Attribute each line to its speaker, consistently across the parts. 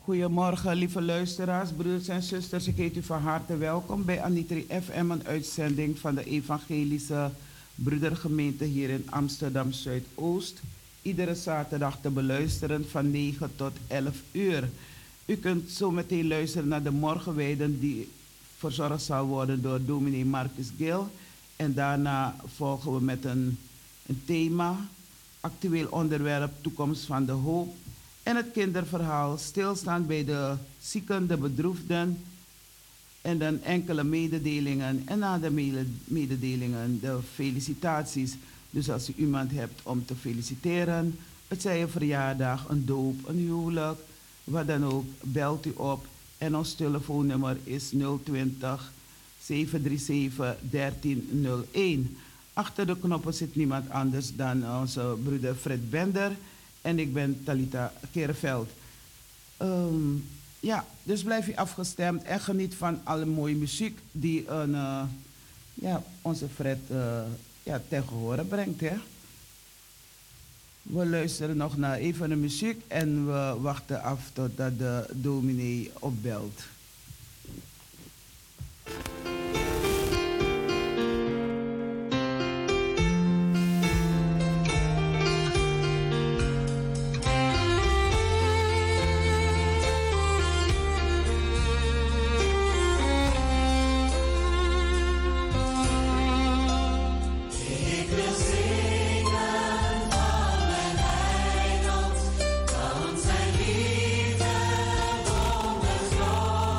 Speaker 1: Goedemorgen, lieve luisteraars, broers en zusters. Ik heet u van harte welkom bij Anitri FM, een uitzending van de Evangelische Broedergemeente hier in Amsterdam Zuidoost. Iedere zaterdag te beluisteren van 9 tot 11 uur. U kunt zo meteen luisteren naar de morgenwijden die verzorgd zal worden door dominee Marcus Gil. En daarna volgen we met een thema, actueel onderwerp, toekomst van de hoop. En het kinderverhaal, stilstaan bij de zieken, de bedroefden. En dan enkele mededelingen. En na de mededelingen de felicitaties. Dus als u iemand hebt om te feliciteren, het zij een verjaardag, een doop, een huwelijk, wat dan ook, belt u op. En ons telefoonnummer is 020 737 1301. Achter de knoppen zit niemand anders dan onze broeder Fred Bender. En ik ben Talita Kereveld. Dus blijf u afgestemd en geniet van alle mooie muziek die onze Fred ten gehore brengt. Hè? We luisteren nog naar even de muziek en we wachten af totdat de dominee opbelt.
Speaker 2: Van zijn liefde wonders groot.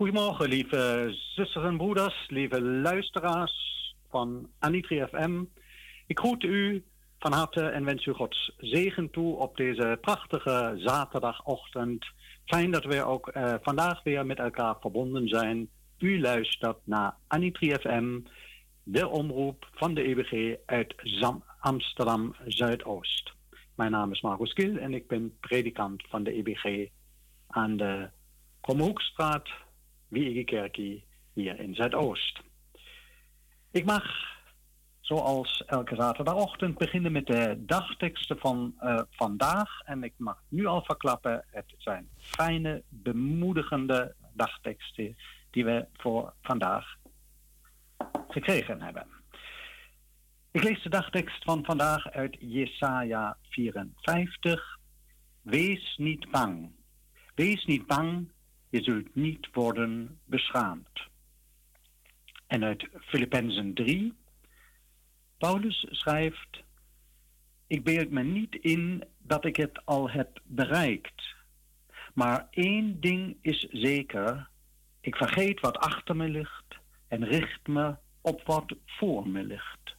Speaker 2: Goedemorgen, lieve zusters en broeders, lieve luisteraars van Anitri FM. Ik groet u van harte en wens u Gods zegen toe op deze prachtige zaterdagochtend. Fijn dat we ook vandaag weer met elkaar verbonden zijn. U luistert naar Anitri FM, de omroep van de EBG uit Amsterdam Zuidoost. Mijn naam is Marcus Kil en ik ben predikant van de EBG aan de Krommehoekstraat, Wiegekerkie, hier in Zuidoost. Ik mag, zoals elke zaterdagochtend, beginnen met de dagteksten van vandaag. En ik mag nu al verklappen, het zijn fijne, bemoedigende dagteksten die we voor vandaag gekregen hebben. Ik lees de dagtekst van vandaag uit Jesaja 54. Wees niet bang. Wees niet bang, je zult niet worden beschaamd. En uit Filippenzen 3. Paulus schrijft: ik beeld me niet in dat ik het al heb bereikt. Maar één ding is zeker. Ik vergeet wat achter me ligt en richt me op wat voor me ligt.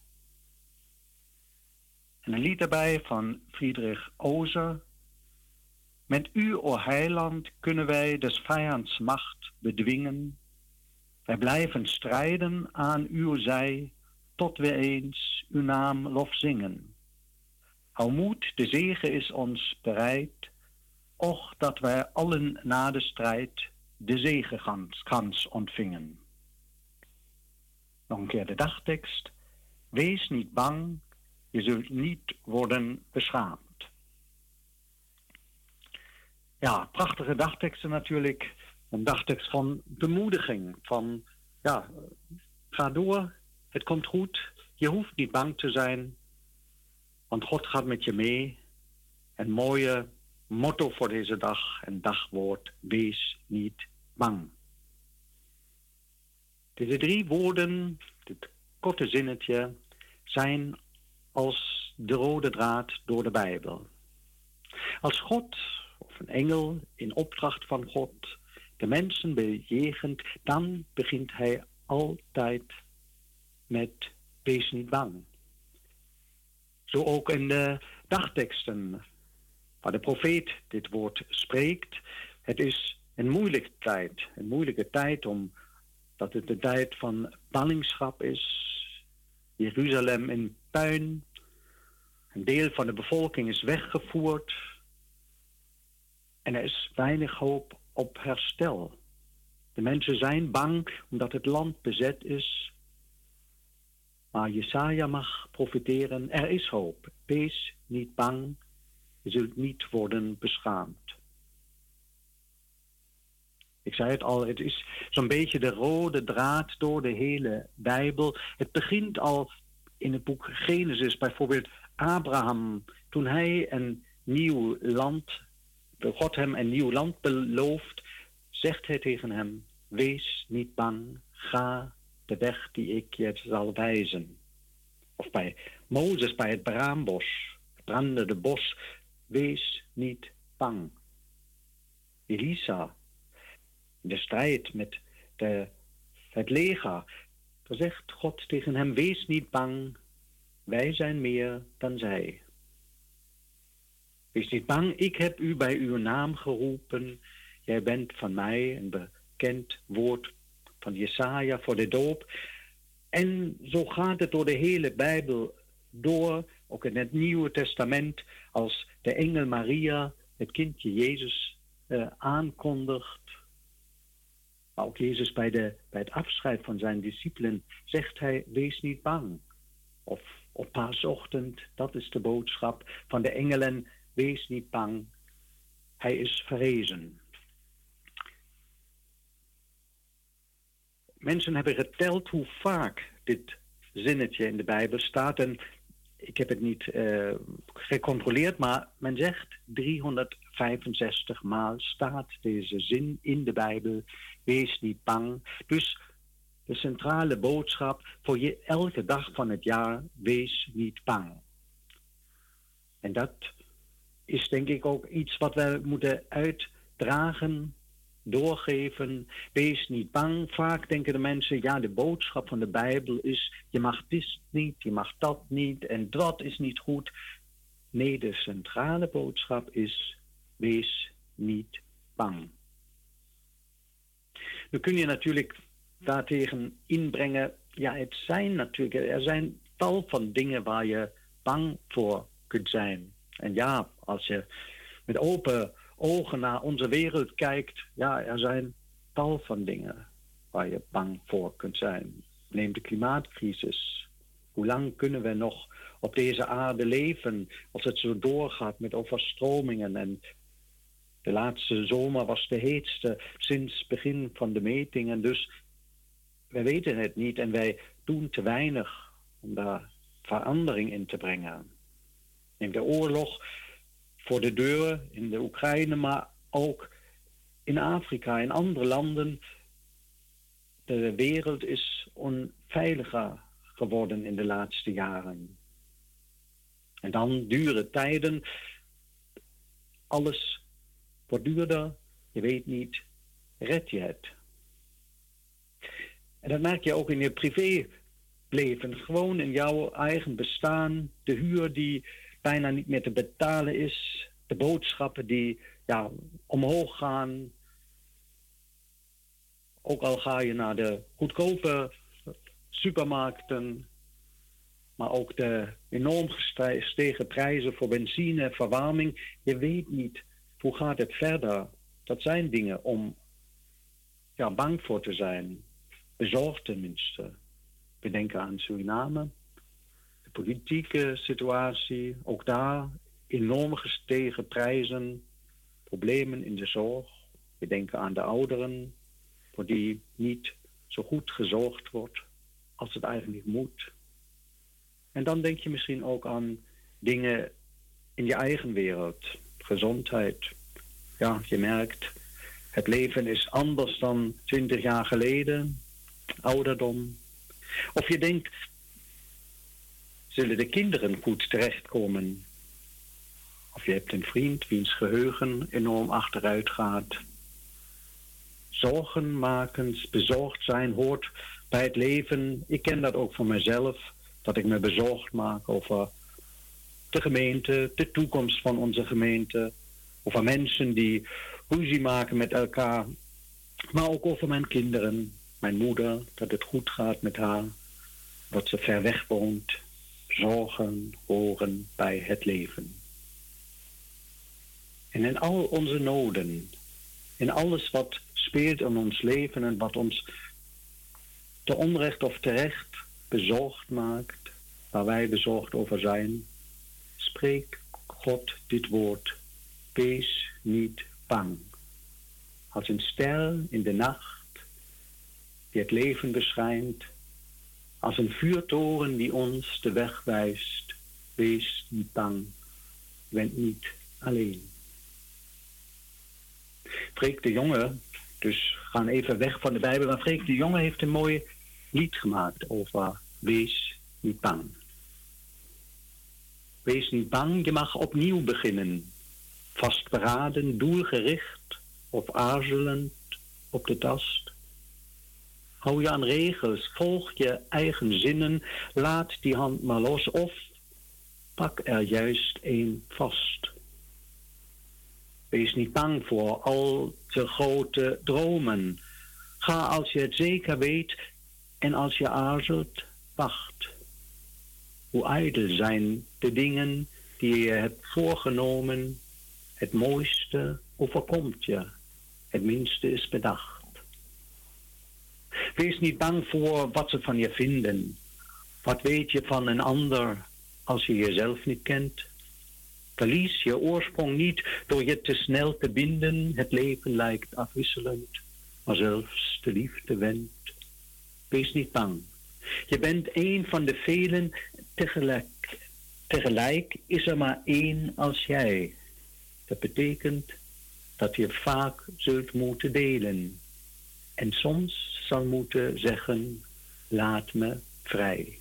Speaker 2: En een lied daarbij van Friedrich Ozer. Met u, o heiland, kunnen wij des vijands macht bedwingen. Wij blijven strijden aan uw zij, tot we eens uw naam lof zingen. Hou moed, de zege is ons bereid. Och, dat wij allen na de strijd de zegekrans ontvingen. Nog een keer de dagtekst. Wees niet bang, je zult niet worden beschaamd. Ja, prachtige dagteksten natuurlijk. Een dagtekst van bemoediging. Van, ja, ga door, het komt goed. Je hoeft niet bang te zijn, want God gaat met je mee. Een mooie motto voor deze dag, een dagwoord: wees niet bang. Deze 3 woorden, dit korte zinnetje, zijn als de rode draad door de Bijbel. Als God of een engel in opdracht van God de mensen bejegent, dan begint hij altijd met wees niet bang. Zo ook in de dagteksten waar de profeet dit woord spreekt. Het is een moeilijke tijd omdat het de tijd van ballingschap is. Jeruzalem in puin. Een deel van de bevolking is weggevoerd. En er is weinig hoop op herstel. De mensen zijn bang omdat het land bezet is. Maar Jesaja mag profiteren. Er is hoop. Wees niet bang. Je zult niet worden beschaamd. Ik zei het al, het is zo'n beetje de rode draad door de hele Bijbel. Het begint al in het boek Genesis, bijvoorbeeld Abraham, toen hij een nieuw land, God hem een nieuw land belooft, zegt hij tegen hem: wees niet bang, ga de weg die ik je zal wijzen. Of bij Mozes bij het braambos, het brandende bos: wees niet bang. Elisa, de strijd met het leger, daar zegt God tegen hem: wees niet bang, wij zijn meer dan zij. Wees niet bang, ik heb u bij uw naam geroepen. Jij bent van mij, een bekend woord van Jesaja voor de doop. En zo gaat het door de hele Bijbel door, ook in het Nieuwe Testament, als de engel Maria het kindje Jezus aankondigt. Maar ook Jezus bij het afscheid van zijn discipelen zegt hij: wees niet bang. Of op paasochtend, dat is de boodschap van de engelen: wees niet bang, hij is verrezen. Mensen hebben geteld hoe vaak dit zinnetje in de Bijbel staat. En ik heb het niet gecontroleerd, maar men zegt 365 maal staat deze zin in de Bijbel: wees niet bang. Dus de centrale boodschap voor elke dag van het jaar: wees niet bang. En dat is denk ik ook iets wat we moeten uitdragen doorgeven. Wees niet bang. Vaak denken de mensen, ja, de boodschap van de Bijbel is, je mag dit niet, je mag dat niet en dat is niet goed. Nee, de centrale boodschap is, wees niet bang. Nu kun je natuurlijk daartegen inbrengen, ja, er zijn tal van dingen waar je bang voor kunt zijn. En ja, als je met open ogen naar onze wereld kijkt, ja, er zijn tal van dingen waar je bang voor kunt zijn. Neem de klimaatcrisis. Hoe lang kunnen we nog op deze aarde leven als het zo doorgaat met overstromingen? En de laatste zomer was de heetste sinds het begin van de metingen. Dus wij weten het niet en wij doen te weinig om daar verandering in te brengen. Neem de oorlog voor de deur in de Oekraïne, maar ook in Afrika, in andere landen. De wereld is onveiliger geworden in de laatste jaren. En dan dure tijden. Alles wordt duurder. Je weet niet, red je het? En dat merk je ook in je privéleven. Gewoon in jouw eigen bestaan. De huur die bijna niet meer te betalen is. De boodschappen die omhoog gaan. Ook al ga je naar de goedkope supermarkten. Maar ook de enorm gestegen prijzen voor benzine en verwarming. Je weet niet, hoe gaat het verder? Dat zijn dingen om bang voor te zijn. Bezorgd tenminste. We denken aan Suriname. De politieke situatie. Ook daar enorm gestegen prijzen. Problemen in de zorg. We denken aan de ouderen. Voor die niet zo goed gezorgd wordt als het eigenlijk moet. En dan denk je misschien ook aan dingen in je eigen wereld. Gezondheid. Ja, je merkt, het leven is anders dan 20 jaar geleden. Ouderdom. Of je denkt, zullen de kinderen goed terechtkomen? Of je hebt een vriend wiens geheugen enorm achteruit gaat. Zorgen maken, bezorgd zijn hoort bij het leven. Ik ken dat ook van mezelf. Dat ik me bezorgd maak over de gemeente, de toekomst van onze gemeente. Over mensen die ruzie maken met elkaar. Maar ook over mijn kinderen. Mijn moeder, dat het goed gaat met haar. Dat ze ver weg woont. Zorgen horen bij het leven. En in al onze noden. In alles wat speelt in ons leven en wat ons te onrecht of terecht bezorgd maakt, waar wij bezorgd over zijn, spreek God dit woord: wees niet bang. Als een ster in de nacht die het leven beschijnt, als een vuurtoren die ons de weg wijst, wees niet bang, bent niet alleen. Freek de Jonge, dus gaan even weg van de Bijbel, maar Freek de Jonge heeft een mooi lied gemaakt over wees niet bang. Wees niet bang, je mag opnieuw beginnen. Vastberaden, doelgericht of aarzelend op de tast. Hou je aan regels, volg je eigen zinnen, laat die hand maar los of pak er juist één vast. Wees niet bang voor al te grote dromen. Ga als je het zeker weet en als je aarzelt, wacht. Hoe ijdel zijn de dingen die je hebt voorgenomen. Het mooiste overkomt je. Het minste is bedacht. Wees niet bang voor wat ze van je vinden. Wat weet je van een ander als je jezelf niet kent? Verlies je oorsprong niet door je te snel te binden. Het leven lijkt afwisselend, maar zelfs de liefde wendt. Wees niet bang. Je bent een van de velen tegelijk. Tegelijk is er maar één als jij. Dat betekent dat je vaak zult moeten delen. En soms zal moeten zeggen, laat me vrij.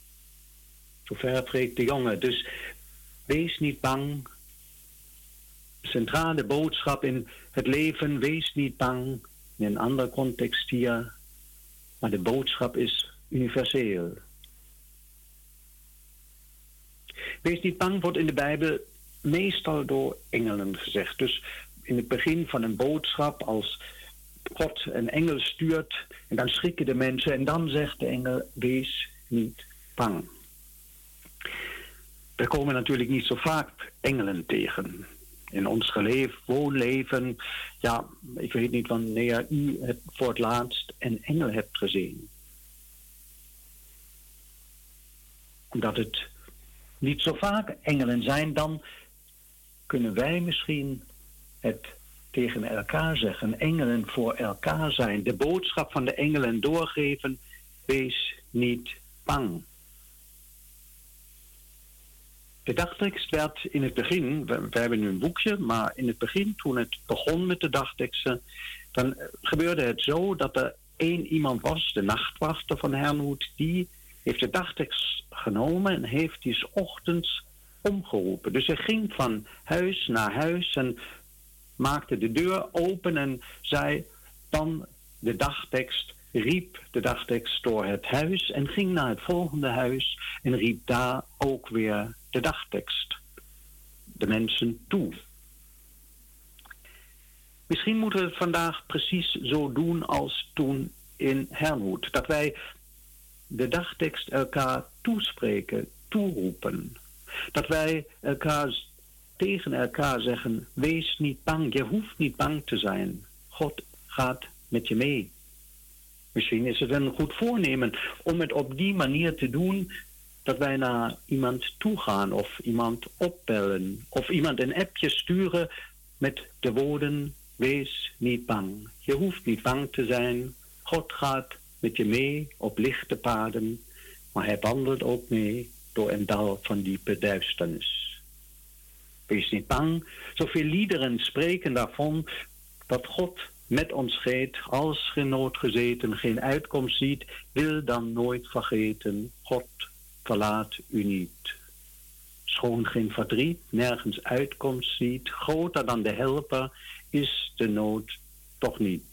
Speaker 2: Zover Freek de Jonge. Dus wees niet bang. centrale boodschap in het leven, wees niet bang, in een andere context hier, maar de boodschap is universeel. Wees niet bang wordt in de Bijbel meestal door engelen gezegd. Dus in het begin van een boodschap, als God een engel stuurt en dan schrikken de mensen en dan zegt de engel, wees niet bang. We komen natuurlijk niet zo vaak engelen tegen. In ons woonleven, ja, ik weet niet wanneer u het voor het laatst een engel hebt gezien. Omdat het niet zo vaak engelen zijn, dan kunnen wij misschien het tegen elkaar zeggen. Engelen voor elkaar zijn. De boodschap van de engelen doorgeven. Wees niet bang. De dagtekst werd in het begin, we hebben nu een boekje, maar in het begin, toen het begon met de dagteksten, dan gebeurde het zo dat er één iemand was, de nachtwachter van Herrnhut, die heeft de dagtekst genomen en heeft die 's ochtends omgeroepen. Dus hij ging van huis naar huis en maakte de deur open en zei dan de dagtekst, riep de dagtekst door het huis en ging naar het volgende huis en riep daar ook weer de dagtekst de mensen toe. Misschien moeten we het vandaag precies zo doen als toen in Herrnhut. Dat wij de dagtekst elkaar toespreken, toeroepen. Dat wij tegen elkaar zeggen, wees niet bang, je hoeft niet bang te zijn. God gaat met je mee. Misschien is het een goed voornemen om het op die manier te doen dat wij naar iemand toe gaan of iemand opbellen of iemand een appje sturen met de woorden, wees niet bang. Je hoeft niet bang te zijn. God gaat met je mee op lichte paden, maar hij wandelt ook mee door een dal van diepe duisternis. Wees niet bang. Zoveel liederen spreken daarvan dat God met ons geeft, als in nood gezeten, geen uitkomst ziet, wil dan nooit vergeten, God verlaat u niet. Schoon geen verdriet, nergens uitkomst ziet, groter dan de helper is de nood toch niet.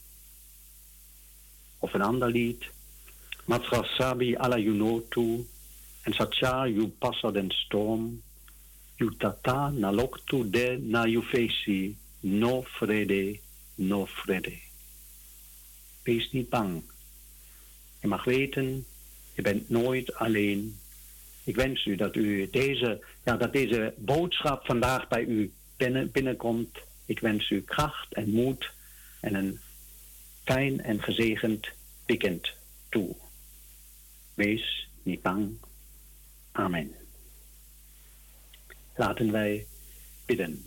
Speaker 2: Of een ander lied. Matrasabi alla junotu, en satcha ju passa den storm, ju tata na loktu de na ju fesi, no vrede, no vrede. Wees niet bang. Je mag weten, je bent nooit alleen. Ik wens u dat deze boodschap vandaag bij u binnenkomt. Ik wens u kracht en moed en een fijn en gezegend weekend toe. Wees niet bang. Amen. Laten wij bidden.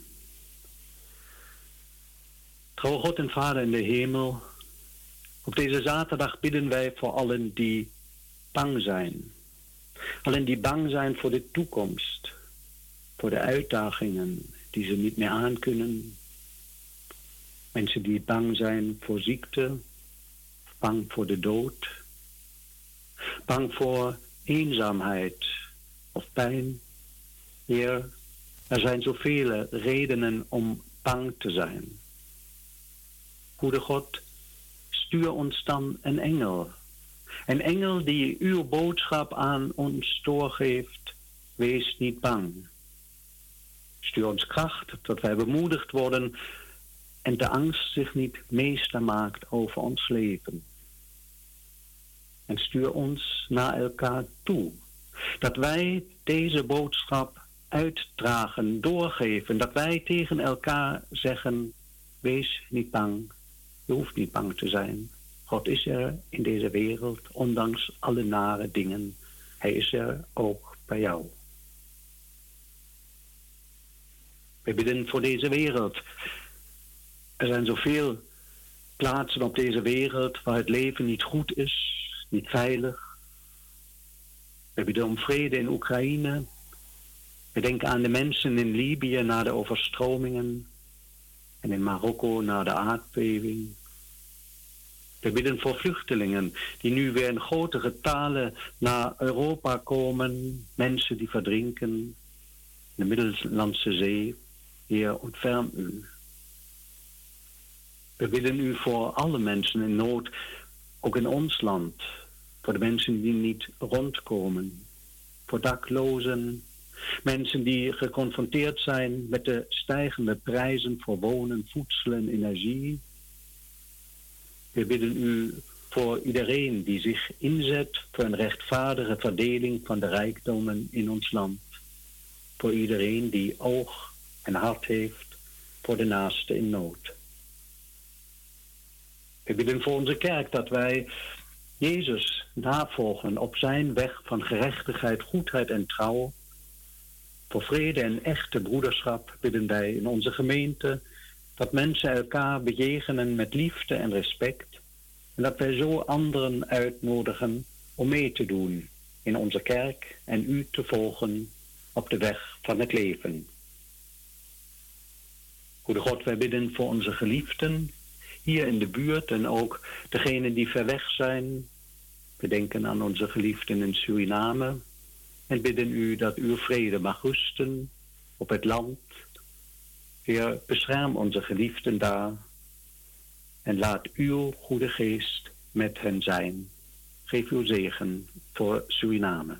Speaker 2: Trouw God en Vader in de hemel, op deze zaterdag bidden wij voor allen die bang zijn. Allen die bang zijn voor de toekomst, voor de uitdagingen die ze niet meer aankunnen. Mensen die bang zijn voor ziekte, bang voor de dood, bang voor eenzaamheid of pijn. Heer, er zijn zoveel redenen om bang te zijn. Goede God, stuur ons dan een engel. Een engel die uw boodschap aan ons doorgeeft. Wees niet bang. Stuur ons kracht, dat wij bemoedigd worden en de angst zich niet meester maakt over ons leven. En stuur ons naar elkaar toe. Dat wij deze boodschap uitdragen, doorgeven. Dat wij tegen elkaar zeggen, wees niet bang. Je hoeft niet bang te zijn. God is er in deze wereld, ondanks alle nare dingen. Hij is er ook bij jou. We bidden voor deze wereld. Er zijn zoveel plaatsen op deze wereld waar het leven niet goed is, niet veilig. We bidden om vrede in Oekraïne. We denken aan de mensen in Libië na de overstromingen en in Marokko na de aardbeving. We bidden voor vluchtelingen die nu weer in grote getalen naar Europa komen. Mensen die verdrinken in de Middellandse Zee. Heer, ontferm u. We bidden u voor alle mensen in nood, ook in ons land. Voor de mensen die niet rondkomen. Voor daklozen. Mensen die geconfronteerd zijn met de stijgende prijzen voor wonen, voedsel en energie. We bidden u voor iedereen die zich inzet voor een rechtvaardige verdeling van de rijkdommen in ons land. Voor iedereen die oog en hart heeft voor de naaste in nood. We bidden voor onze kerk dat wij Jezus navolgen op zijn weg van gerechtigheid, goedheid en trouw. Voor vrede en echte broederschap bidden wij in onze gemeente dat mensen elkaar bejegenen met liefde en respect en dat wij zo anderen uitnodigen om mee te doen in onze kerk en u te volgen op de weg van het leven. Goede God, wij bidden voor onze geliefden hier in de buurt en ook degenen die ver weg zijn. We denken aan onze geliefden in Suriname en bidden u dat uw vrede mag rusten op het land. Heer, bescherm onze geliefden daar en laat uw goede geest met hen zijn. Geef uw zegen voor Suriname.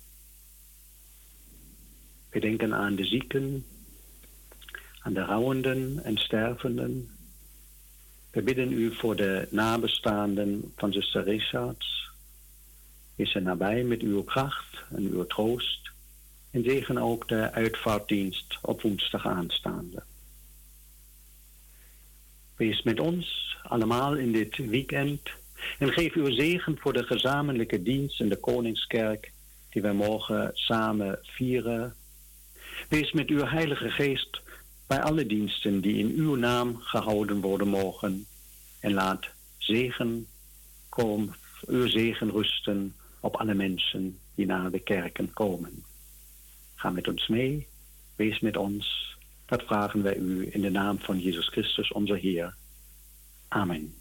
Speaker 2: We denken aan de zieken, aan de rouwenden en stervenden. We bidden u voor de nabestaanden van zuster Richards. Wees er nabij met uw kracht en uw troost. En zegen ook de uitvaartdienst op woensdag aanstaande. Wees met ons allemaal in dit weekend. En geef uw zegen voor de gezamenlijke dienst in de Koningskerk die wij morgen samen vieren. Wees met uw Heilige Geest bij alle diensten die in uw naam gehouden worden mogen. En laat zegen komen, uw zegen rusten op alle mensen die naar de kerken komen. Ga met ons mee, wees met ons. Dat vragen wij u in de naam van Jezus Christus, onze Heer. Amen.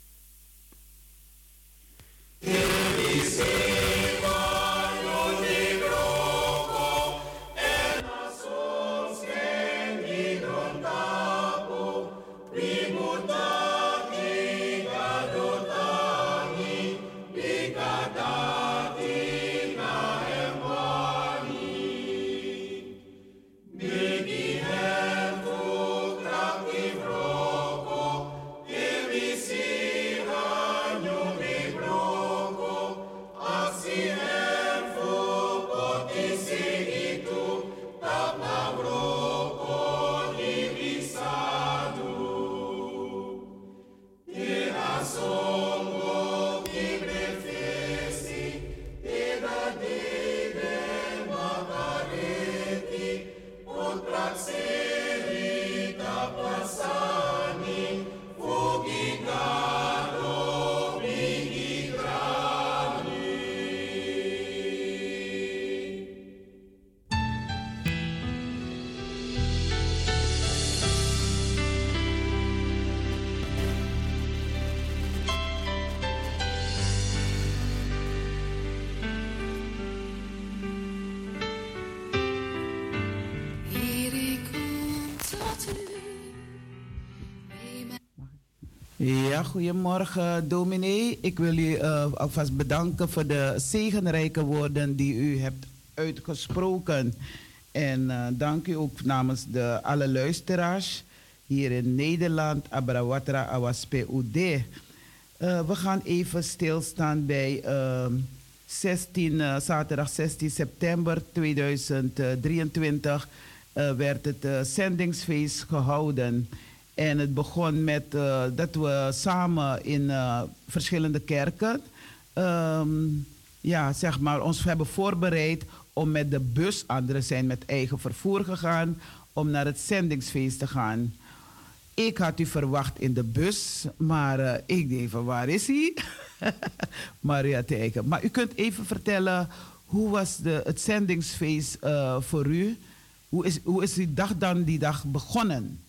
Speaker 1: Ja, goedemorgen dominee. Ik wil u alvast bedanken voor de zegenrijke woorden die u hebt uitgesproken. En dank u ook namens alle luisteraars hier in Nederland. Abrawatra Awaspe Ude. We gaan even stilstaan bij zaterdag 16 september 2023 werd het zendingsfeest gehouden. En het begon met dat we samen in verschillende kerken zeg maar, ons hebben voorbereid om met de bus, anderen zijn met eigen vervoer gegaan, om naar het zendingsfeest te gaan. Ik had u verwacht in de bus, maar ik denk van waar is hij? Maria Teiken. Maar u kunt even vertellen, hoe was het zendingsfeest voor u? Hoe is die dag dan die dag begonnen?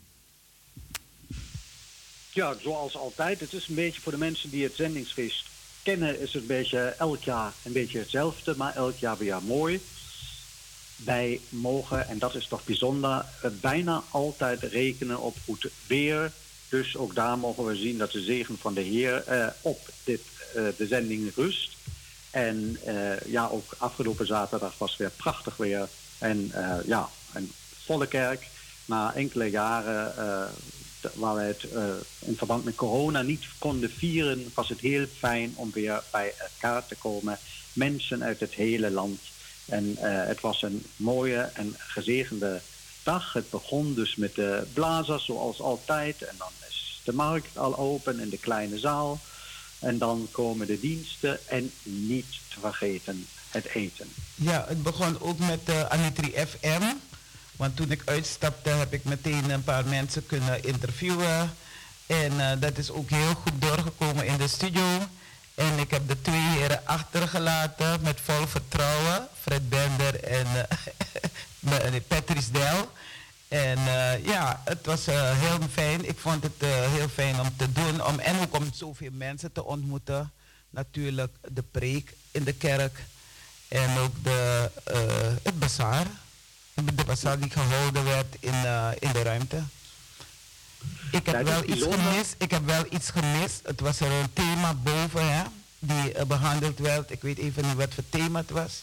Speaker 2: Ja, zoals altijd. Het is een beetje voor de mensen die het zendingsfeest kennen, is het een beetje elk jaar een beetje hetzelfde, maar elk jaar weer mooi. wij mogen, en dat is toch bijzonder, bijna altijd rekenen op goed weer. Dus ook daar mogen we zien dat de zegen van de Heer op de zending rust. En ook afgelopen zaterdag was weer prachtig weer. En een volle kerk. Na enkele jaren waar we het in verband met corona niet konden vieren, was het heel fijn om weer bij elkaar te komen. Mensen uit het hele land. En het was een mooie en gezegende dag. Het begon dus met de blazers zoals altijd. En dan is de markt al open in de kleine zaal. En dan komen de diensten en niet te vergeten het eten.
Speaker 1: Ja, het begon ook met Anitri FM. Want toen ik uitstapte heb ik meteen een paar mensen kunnen interviewen. En dat is ook heel goed doorgekomen in de studio. En ik heb de twee heren achtergelaten met vol vertrouwen. Fred Bender en Patrice Del. En het was heel fijn. Ik vond het heel fijn om te doen. En ook om zoveel mensen te ontmoeten. Natuurlijk de preek in de kerk. En ook het bazaar. De bazaar die gehouden werd in de ruimte. Ik heb wel iets gemist. Het was er een thema boven, hè, die behandeld werd. Ik weet even niet wat voor thema het was.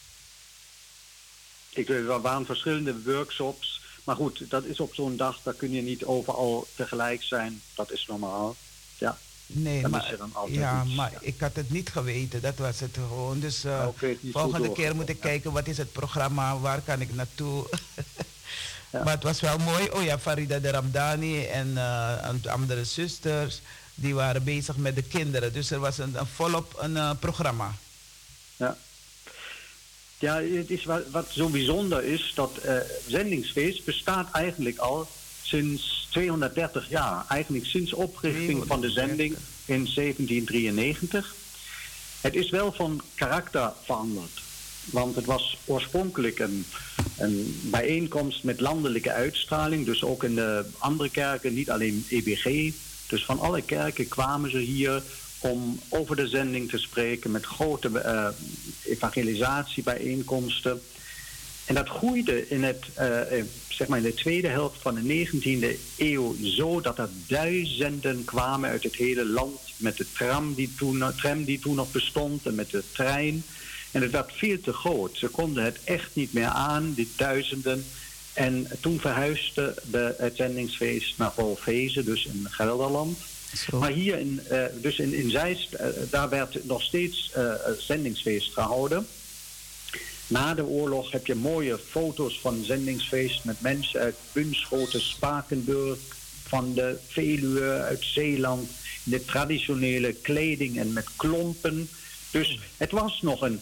Speaker 2: Er waren verschillende workshops. Maar goed, dat is op zo'n dag, daar kun je niet overal tegelijk zijn. Dat is normaal. Ja.
Speaker 1: Nee, maar ik had het niet geweten. Dat was het gewoon. Dus volgende keer moet ik kijken, wat is het programma? Waar kan ik naartoe? Ja. Maar het was wel mooi. Oh ja, Farida de Ramdani en andere zusters, die waren bezig met de kinderen. Dus er was volop een programma.
Speaker 2: Ja. Ja, het is wat zo bijzonder is, dat zendingsfeest bestaat eigenlijk al sinds 230 jaar. Eigenlijk sinds oprichting van de zending in 1793. Het is wel van karakter veranderd. Want het was oorspronkelijk een bijeenkomst met landelijke uitstraling. Dus ook in de andere kerken, niet alleen EBG. Dus van alle kerken kwamen ze hier om over de zending te spreken met grote evangelisatiebijeenkomsten. En dat groeide in de tweede helft van de 19e eeuw zo dat er duizenden kwamen uit het hele land met de tram die toen nog bestond en met de trein. En het werd veel te groot. Ze konden het echt niet meer aan, die duizenden. En toen verhuisde het zendingsfeest naar Volvezen, dus in Gelderland. Zo. Maar hier in Zeist, daar werd nog steeds zendingsfeest gehouden. Na de oorlog heb je mooie foto's van zendingsfeest met mensen uit Bunschoten, Spakenburg, van de Veluwe, uit Zeeland, in de traditionele kleding en met klompen. Dus het was nog een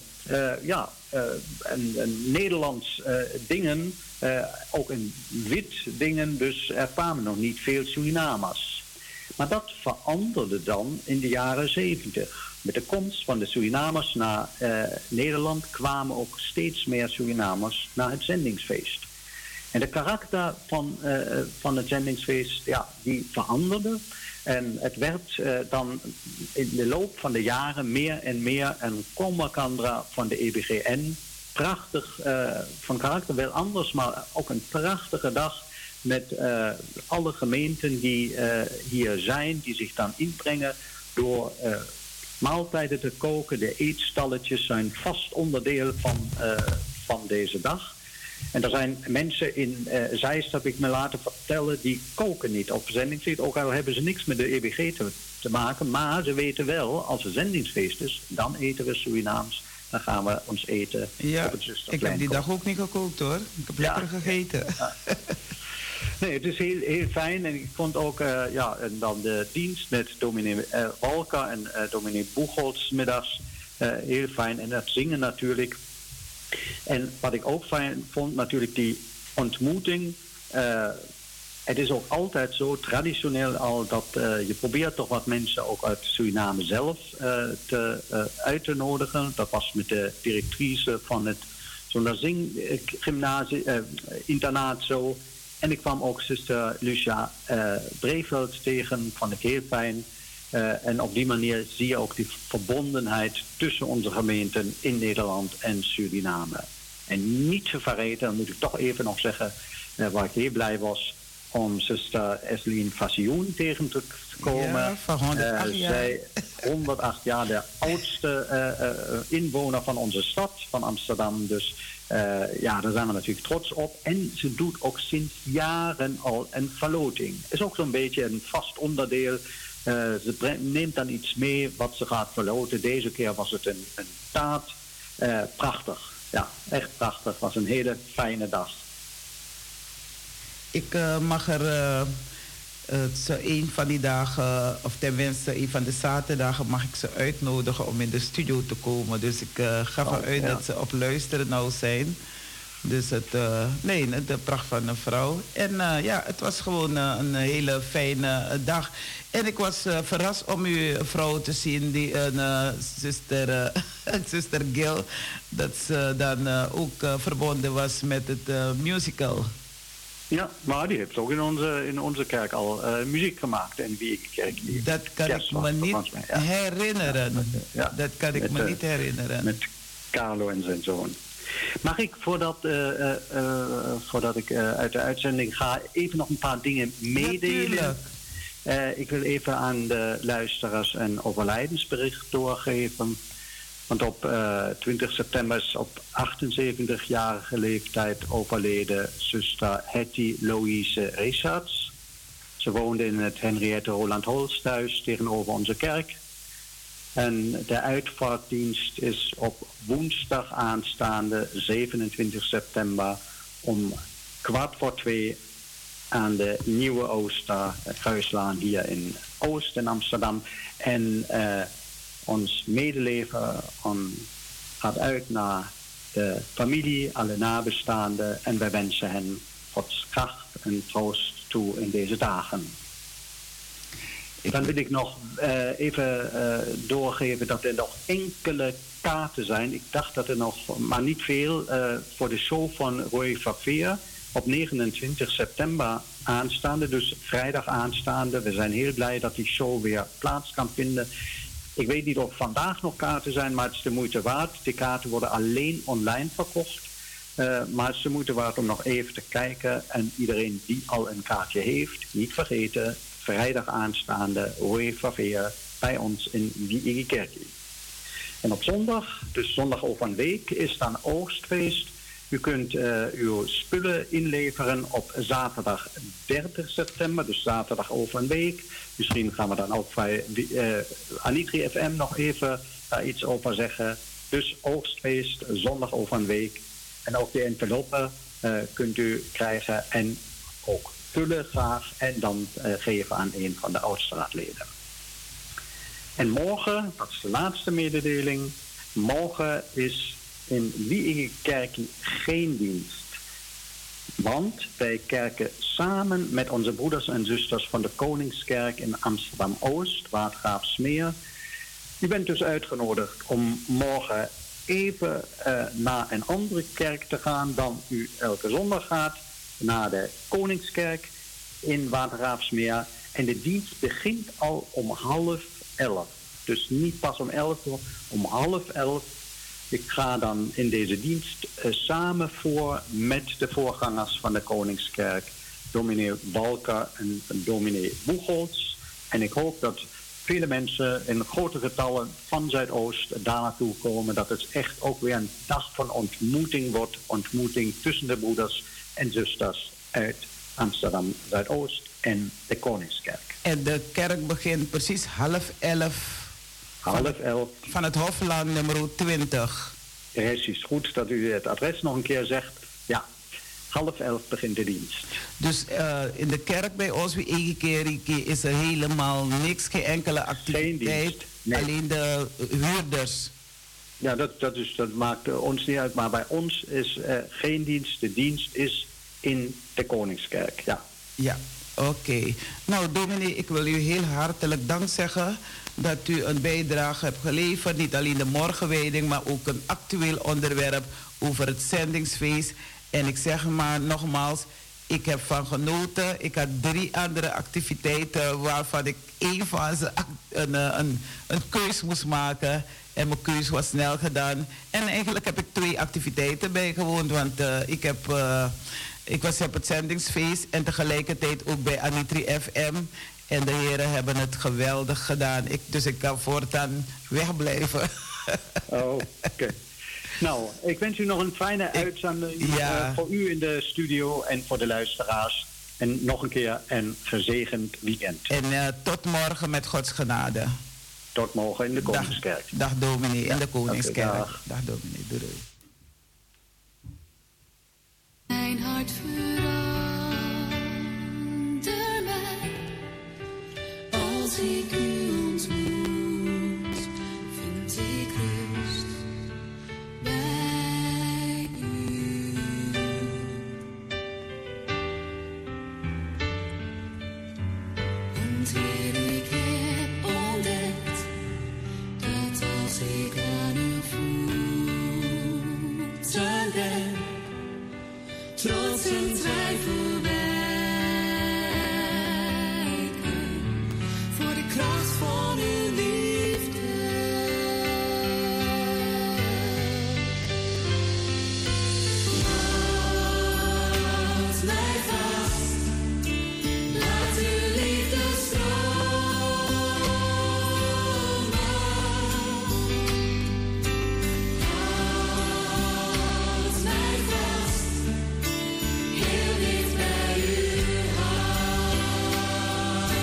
Speaker 2: Nederlands dingen, ook een wit dingen, dus er kwamen nog niet veel Surinamers. Maar dat veranderde dan in de jaren 70. Met de komst van de Surinamers naar Nederland kwamen ook steeds meer Surinamers naar het zendingsfeest. En de karakter van het zendingsfeest, die veranderde. En het werd dan in de loop van de jaren meer en meer een Kommakandra van de EBGN. Prachtig, van karakter wel anders, maar ook een prachtige dag met alle gemeenten die hier zijn, die zich dan inbrengen door maaltijden te koken. De eetstalletjes zijn vast onderdeel van deze dag. En er zijn mensen in Zeist, heb ik me laten vertellen, die koken niet op zendingsfeest. Ook al hebben ze niks met de EBG te maken. Maar ze weten wel, als er zendingsfeest is, dan eten we Surinaams. Dan gaan we ons eten op het Zusterplein.
Speaker 1: Ik heb die dag ook niet gekookt hoor. Ik heb lekker gegeten.
Speaker 2: Ja. Nee, het is heel, heel fijn. En ik vond ook en dan de dienst met dominee Walker en dominee Boegholz middags heel fijn. En dat zingen natuurlijk. En wat ik ook fijn vond, natuurlijk die ontmoeting. Het is ook altijd zo, traditioneel al, dat je probeert toch wat mensen ook uit Suriname zelf uit te nodigen. Dat was met de directrice van het Zonderzing internaat zo. En ik kwam ook zuster Lucia Breveld tegen, vond ik heel fijn. En op die manier zie je ook die verbondenheid tussen onze gemeenten in Nederland en Suriname. En niet te vergeten, dan moet ik toch even nog zeggen, waar ik heel blij was, om zuster Eslien Fassioen tegen te komen.
Speaker 1: Ja, van 108 jaar.
Speaker 2: Zij 108 jaar, de oudste inwoner van onze stad, van Amsterdam. Dus ja, daar zijn we natuurlijk trots op. En ze doet ook sinds jaren al een verloting. Is ook zo'n beetje een vast onderdeel. Ze neemt dan iets mee wat ze gaat verloten. Deze keer was het een taart. Prachtig. Ja, echt prachtig. Het was een hele fijne dag.
Speaker 1: Ik mag er een van die dagen, of tenminste een van de zaterdagen, mag ik ze uitnodigen om in de studio te komen. Dus ik ga vanuit dat ze op luisteren nou zijn. Dus de pracht van een vrouw. En ja, het was gewoon een hele fijne dag. En ik was verrast om uw vrouw te zien, die zuster Gil, dat ze dan ook verbonden was met het musical. Ja,
Speaker 2: maar die heeft ook in onze kerk al muziek gemaakt. En wie kerk die
Speaker 1: dat kan ik me niet herinneren.
Speaker 2: Ja,
Speaker 1: dat kan ik me niet herinneren.
Speaker 2: Met Carlo en zijn zoon. Mag ik, voordat ik uit de uitzending ga, even nog een paar dingen meedelen? Ik wil even aan de luisteraars een overlijdensbericht doorgeven. Want op 20 september is op 78-jarige leeftijd overleden zuster Hetty Louise Richards. Ze woonde in het Henriette Roland Holsthuis tegenover onze kerk. En de uitvaartdienst is op woensdag aanstaande 27 september om 2:15 aan de Nieuwe Ooster Kruislaan hier in Oost in Amsterdam. En ons medeleven gaat uit naar de familie, alle nabestaanden. En wij wensen hen Gods kracht en troost toe in deze dagen. Dan wil ik nog even doorgeven dat er nog enkele kaarten zijn. Ik dacht dat er nog, maar niet veel, voor de show van Roy Verveer op 29 september aanstaande. Dus vrijdag aanstaande. We zijn heel blij dat die show weer plaats kan vinden. Ik weet niet of vandaag nog kaarten zijn, maar het is de moeite waard. De kaarten worden alleen online verkocht. Maar het is de moeite waard om nog even te kijken. En iedereen die al een kaartje heeft, niet vergeten, vrijdag aanstaande Roy Verveer bij ons in Wiegekerkie. En op zondag, dus zondag over een week, is dan oogstfeest. U kunt uw spullen inleveren op zaterdag 30 september, dus zaterdag over een week. Misschien gaan we dan ook bij Anitri FM nog even daar iets over zeggen. Dus oogstfeest, zondag over een week. En ook de enveloppen kunt u krijgen en ook vullen graag en dan geven aan een van de oudstraatleden. En morgen, dat is de laatste mededeling, morgen is in Wiegekerkie geen dienst. Want wij kerken samen met onze broeders en zusters van de Koningskerk in Amsterdam-Oost, Watergraafsmeer. U bent dus uitgenodigd om morgen even naar een andere kerk te gaan dan u elke zondag gaat. Naar de Koningskerk in Watergraafsmeer. En de dienst begint al om 10:30. Dus niet pas om 11 uur, om 10:30. Ik ga dan in deze dienst samen voor met de voorgangers van de Koningskerk, dominee Balker en dominee Boegholz. En ik hoop dat vele mensen in grote getallen van Zuidoost daar naartoe komen. Dat het echt ook weer een dag van ontmoeting wordt. Ontmoeting tussen de broeders en zusters uit Amsterdam Zuidoost en de Koningskerk.
Speaker 1: En de kerk begint precies 10:30.
Speaker 2: 10:30.
Speaker 1: Van het Hoflaan nummer 20.
Speaker 2: Het is goed dat u het adres nog een keer zegt. Ja, 10:30 begint de dienst.
Speaker 1: Dus in de kerk bij ons, bij Wiegekerkie, is er helemaal niks, geen enkele activiteit.
Speaker 2: Nee.
Speaker 1: Alleen de huurders.
Speaker 2: Ja, dat maakt ons niet uit. Maar bij ons is geen dienst. De dienst is in de Koningskerk, ja.
Speaker 1: Ja, oké. Nou, dominee, ik wil u heel hartelijk dank zeggen dat u een bijdrage hebt geleverd. Niet alleen de morgenwijding, maar ook een actueel onderwerp over het zendingsfeest. En ik zeg maar nogmaals, Ik heb van genoten. Ik had 3 andere activiteiten waarvan ik één van ze een keus moest maken. En mijn keus was snel gedaan. En eigenlijk heb ik 2 activiteiten bijgewoond. Want ik was op het zendingsfeest en tegelijkertijd ook bij Anitri FM. En de heren hebben het geweldig gedaan. Dus ik kan voortaan wegblijven.
Speaker 2: Oh, oké. Nou, ik wens u nog een fijne uitzending voor u in de studio en voor de luisteraars. En nog een keer een gezegend weekend.
Speaker 1: En tot morgen met Gods genade.
Speaker 2: Tot morgen in de Koningskerk.
Speaker 1: Dag dominee, in de Koningskerk.
Speaker 2: Okay,
Speaker 1: dag dominee, doei.
Speaker 3: Mijn hart verander mij als ik u ontmoet, vind ik rust bij u. Want Heer, ik heb ontdekt dat als ik aan uw voeten ben, trots en twijfel wijken voor de kracht van uw liefde. Houd mij vast, laat uw liefde stromen. Houd mij vast, heel dicht bij uw hart.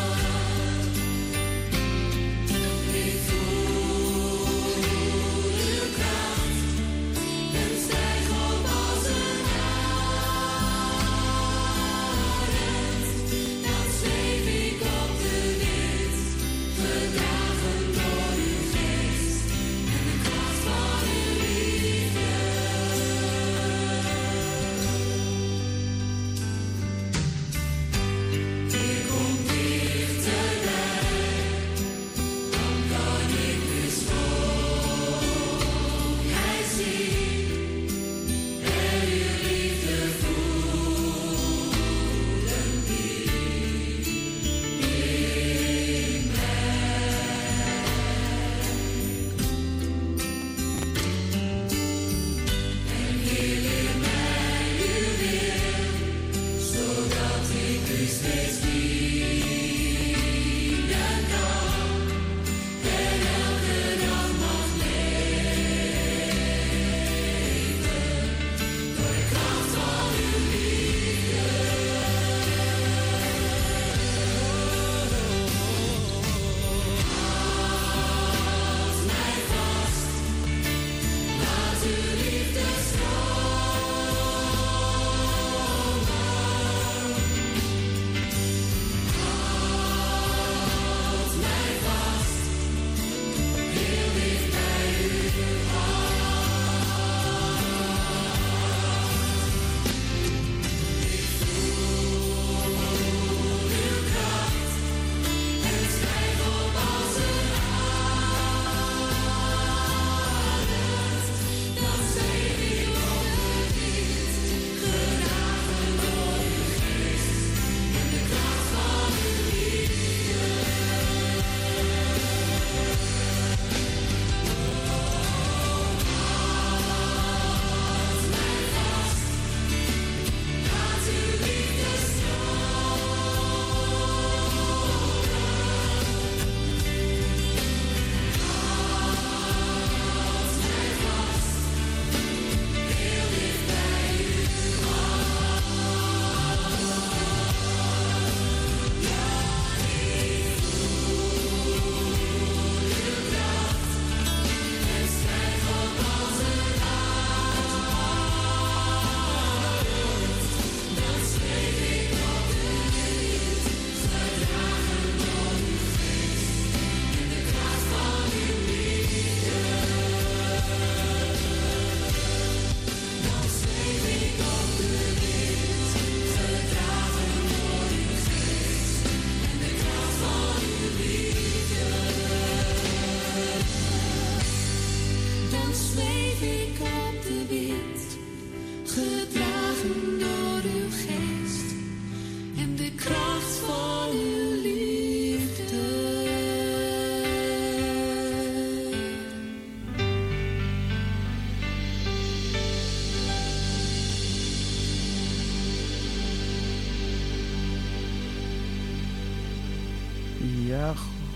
Speaker 3: Ik voel uw kracht en stijg op als een arend. Dan zweef ik op de wind, gedragen door uw geest en de kracht van uw liefde. Ik kom dichterbij, dan kan ik uw schoonheid zien en uw liefde voelen die in mij. En Heer, leer mij uw wil, zodat ik u steeds dienen kan en elke dag mag leven door de kracht van uw liefde. Houd mij vast, laat uw liefde stromen. Houd mij vast, heel dicht bij uw hart. Ik voel uw kracht en stijg op als een arend. Dan zweef ik op de wind, gedragen door uw geest en de kracht van uw liefde. Houd mij vast, laat uw liefde stromen. Houd mij vast, heel dicht bij uw hart. Ja, ik voel uw kracht en stijg op als een arend. Dan zweef ik op de wind, gedragen door uw geest en de kracht van uw liefde. Dan zweef ik op de wind, gedragen door uw geest en de kracht van uw liefde. Dan zweef ik op de wind, gedragen door uw geest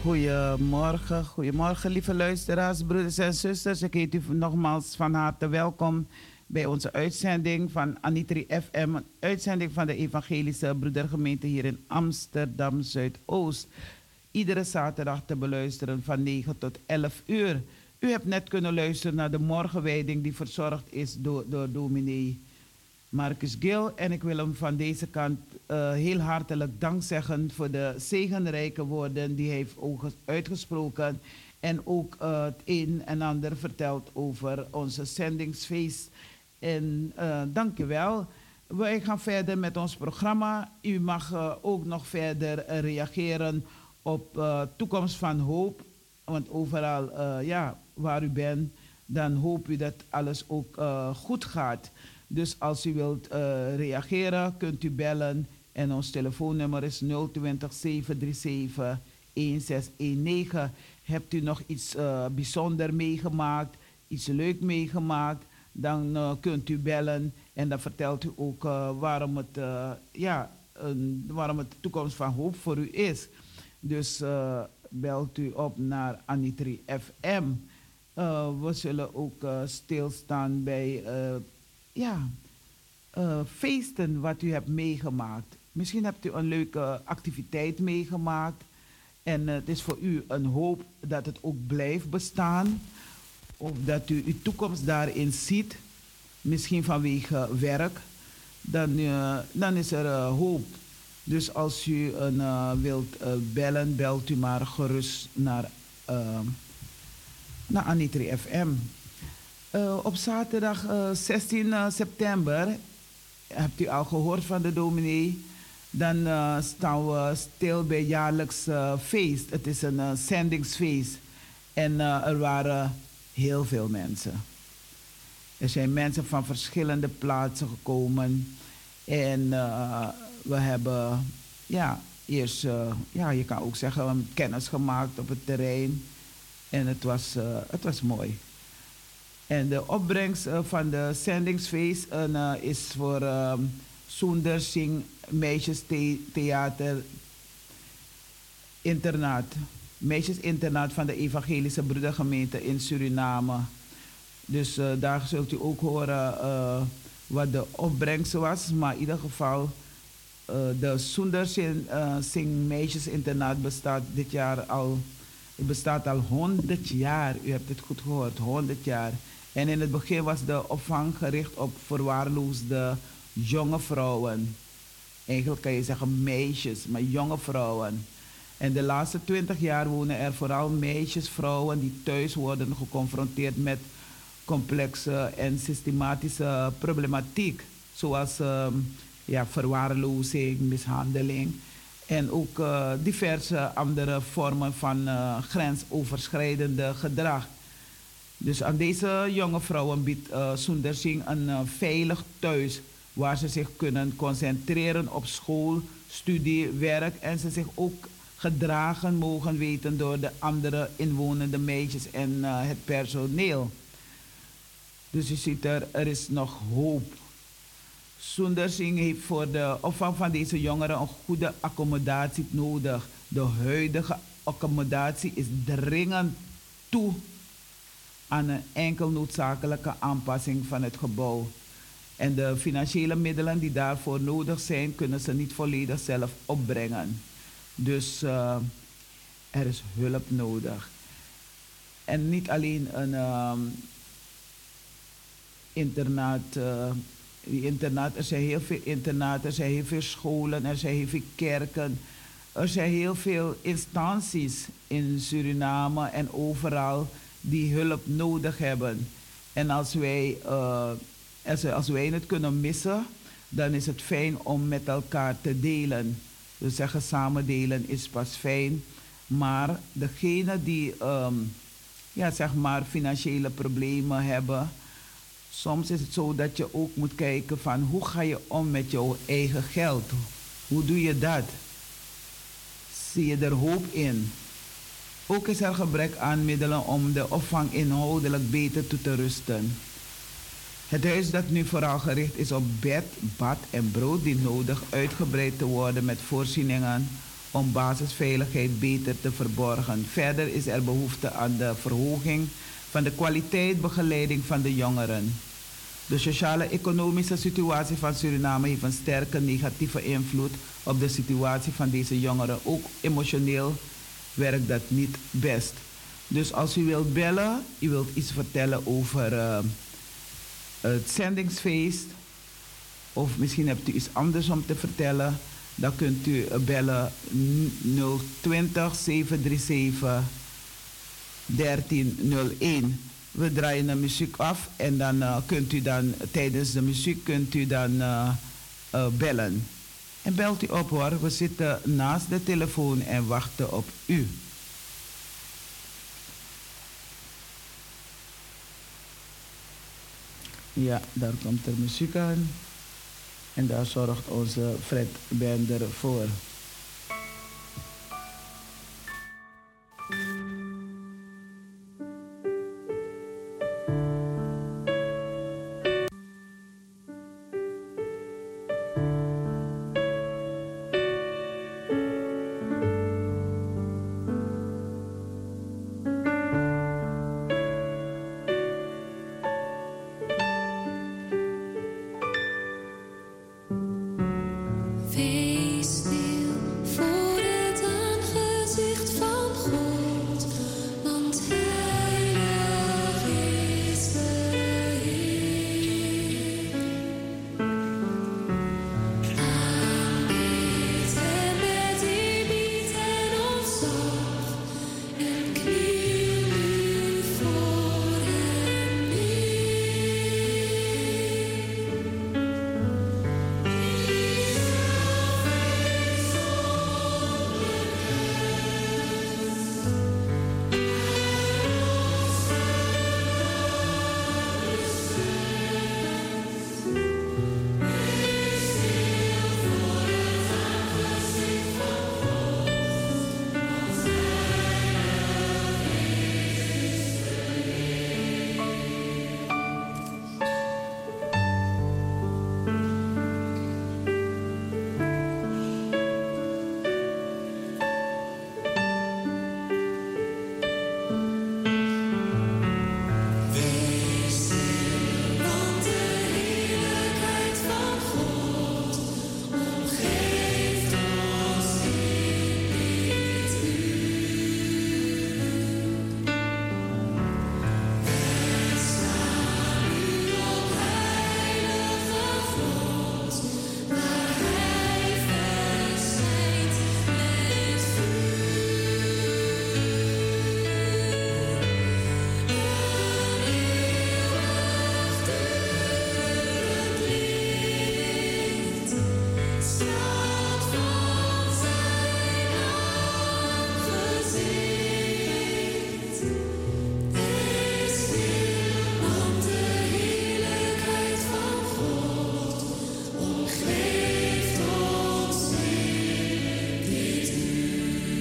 Speaker 1: Goedemorgen, goedemorgen lieve luisteraars, broeders en zusters. Ik heet u nogmaals van harte welkom bij onze uitzending van Anitri FM. Een uitzending van de Evangelische Broedergemeente hier in Amsterdam Zuidoost. Iedere zaterdag te beluisteren van 9 tot 11 uur. U hebt net kunnen luisteren naar de morgenwijding die verzorgd is door dominee Marcus Gil. En ik wil hem van deze kant heel hartelijk dank zeggen voor de zegenrijke woorden die hij heeft uitgesproken. En ook het een en ander verteld over onze zendingsfeest. En dank u wel. Wij gaan verder met ons programma. U mag ook nog verder reageren op toekomst van hoop. Want overal waar u bent, dan hoop u dat alles ook goed gaat. Dus als u wilt reageren, kunt u bellen. En ons telefoonnummer is 020 737 1619. Hebt u nog iets bijzonder meegemaakt, iets leuk meegemaakt, dan kunt u bellen. En dan vertelt u ook waarom het de toekomst van hoop voor u is. Dus belt u op naar Anitri FM. We zullen ook stilstaan bij feesten wat u hebt meegemaakt. Misschien hebt u een leuke activiteit meegemaakt. En het is voor u een hoop dat het ook blijft bestaan. Of dat u uw toekomst daarin ziet. Misschien vanwege werk. Dan is er hoop. Dus als u wilt bellen, belt u maar gerust naar Anitri FM. Op zaterdag 16 september, hebt u al gehoord van de dominee, dan staan we stil bij jaarlijks feest. Het is een zendingsfeest. En er waren heel veel mensen. Er zijn mensen van verschillende plaatsen gekomen. En we hebben eerst, je kan ook zeggen, kennis gemaakt op het terrein. En het was mooi. En de opbrengst van de zendingsfeest is voor Sundar Singh Meisjestheater Internaat. Meisjesinternaat van de Evangelische Broedergemeente in Suriname. Dus daar zult u ook horen wat de opbrengst was. Maar in ieder geval, de Sundar Singh Meisjesinternaat bestaat dit jaar al. Het bestaat al 100 jaar. U hebt het goed gehoord, 100 jaar. En in het begin was de opvang gericht op verwaarloosde jonge vrouwen. Eigenlijk kan je zeggen meisjes, maar jonge vrouwen. En de laatste 20 jaar wonen er vooral meisjes, vrouwen die thuis worden geconfronteerd met complexe en systematische problematiek. Zoals verwaarlozing, mishandeling. En ook diverse andere vormen van grensoverschrijdende gedrag. Dus aan deze jonge vrouwen biedt Sundar Singh een veilig thuis waar ze zich kunnen concentreren op school, studie, werk en ze zich ook gedragen mogen weten door de andere inwonende meisjes en het personeel. Dus je ziet er is nog hoop. Sundar Singh heeft voor de opvang van deze jongeren een goede accommodatie nodig. De huidige accommodatie is dringend toe aan een enkel noodzakelijke aanpassing van het gebouw. En de financiële middelen die daarvoor nodig zijn, kunnen ze niet volledig zelf opbrengen. Dus er is hulp nodig. En niet alleen een internaat. Er zijn heel veel internaten, er zijn heel veel scholen, er zijn heel veel kerken. Er zijn heel veel instanties in Suriname en overal die hulp nodig hebben. En als wij het kunnen missen, dan is het fijn om met elkaar te delen. We zeggen samen delen is pas fijn. Maar degenen die financiële problemen hebben, soms is het zo dat je ook moet kijken van hoe ga je om met jouw eigen geld? Hoe doe je dat? Zie je er hoop in? Ook is er gebrek aan middelen om de opvang inhoudelijk beter toe te rusten. Het huis dat nu vooral gericht is op bed, bad en brood die nodig uitgebreid te worden met voorzieningen om basisveiligheid beter te verborgen. Verder is er behoefte aan de verhoging van de kwaliteit begeleiding van de jongeren. De sociale-economische situatie van Suriname heeft een sterke negatieve invloed op de situatie van deze jongeren. Ook emotioneel werkt dat niet best. Dus als u wilt bellen, u wilt iets vertellen over het zendingsfeest, of misschien hebt u iets anders om te vertellen, dan kunt u bellen 020 737 1301. We draaien de muziek af en dan kunt u dan tijdens de muziek bellen. En belt u op hoor, we zitten naast de telefoon en wachten op u. Ja, daar komt er muziek aan. En daar zorgt onze Fred Bender voor.
Speaker 3: Wees stil voor het aangezicht van God, want heilig is de Heer. Aanbid hem met eerbied en ontzag en kniel nu voor hem Want de heerlijkheid van God omgeeft ons in dit uur. Wij staan nu op heilige grond, waar Hij verschijnt met vuur. Straalt van zijn aangezicht. Wees stil, want de heerlijkheid van God omgeeft ons in dit uur.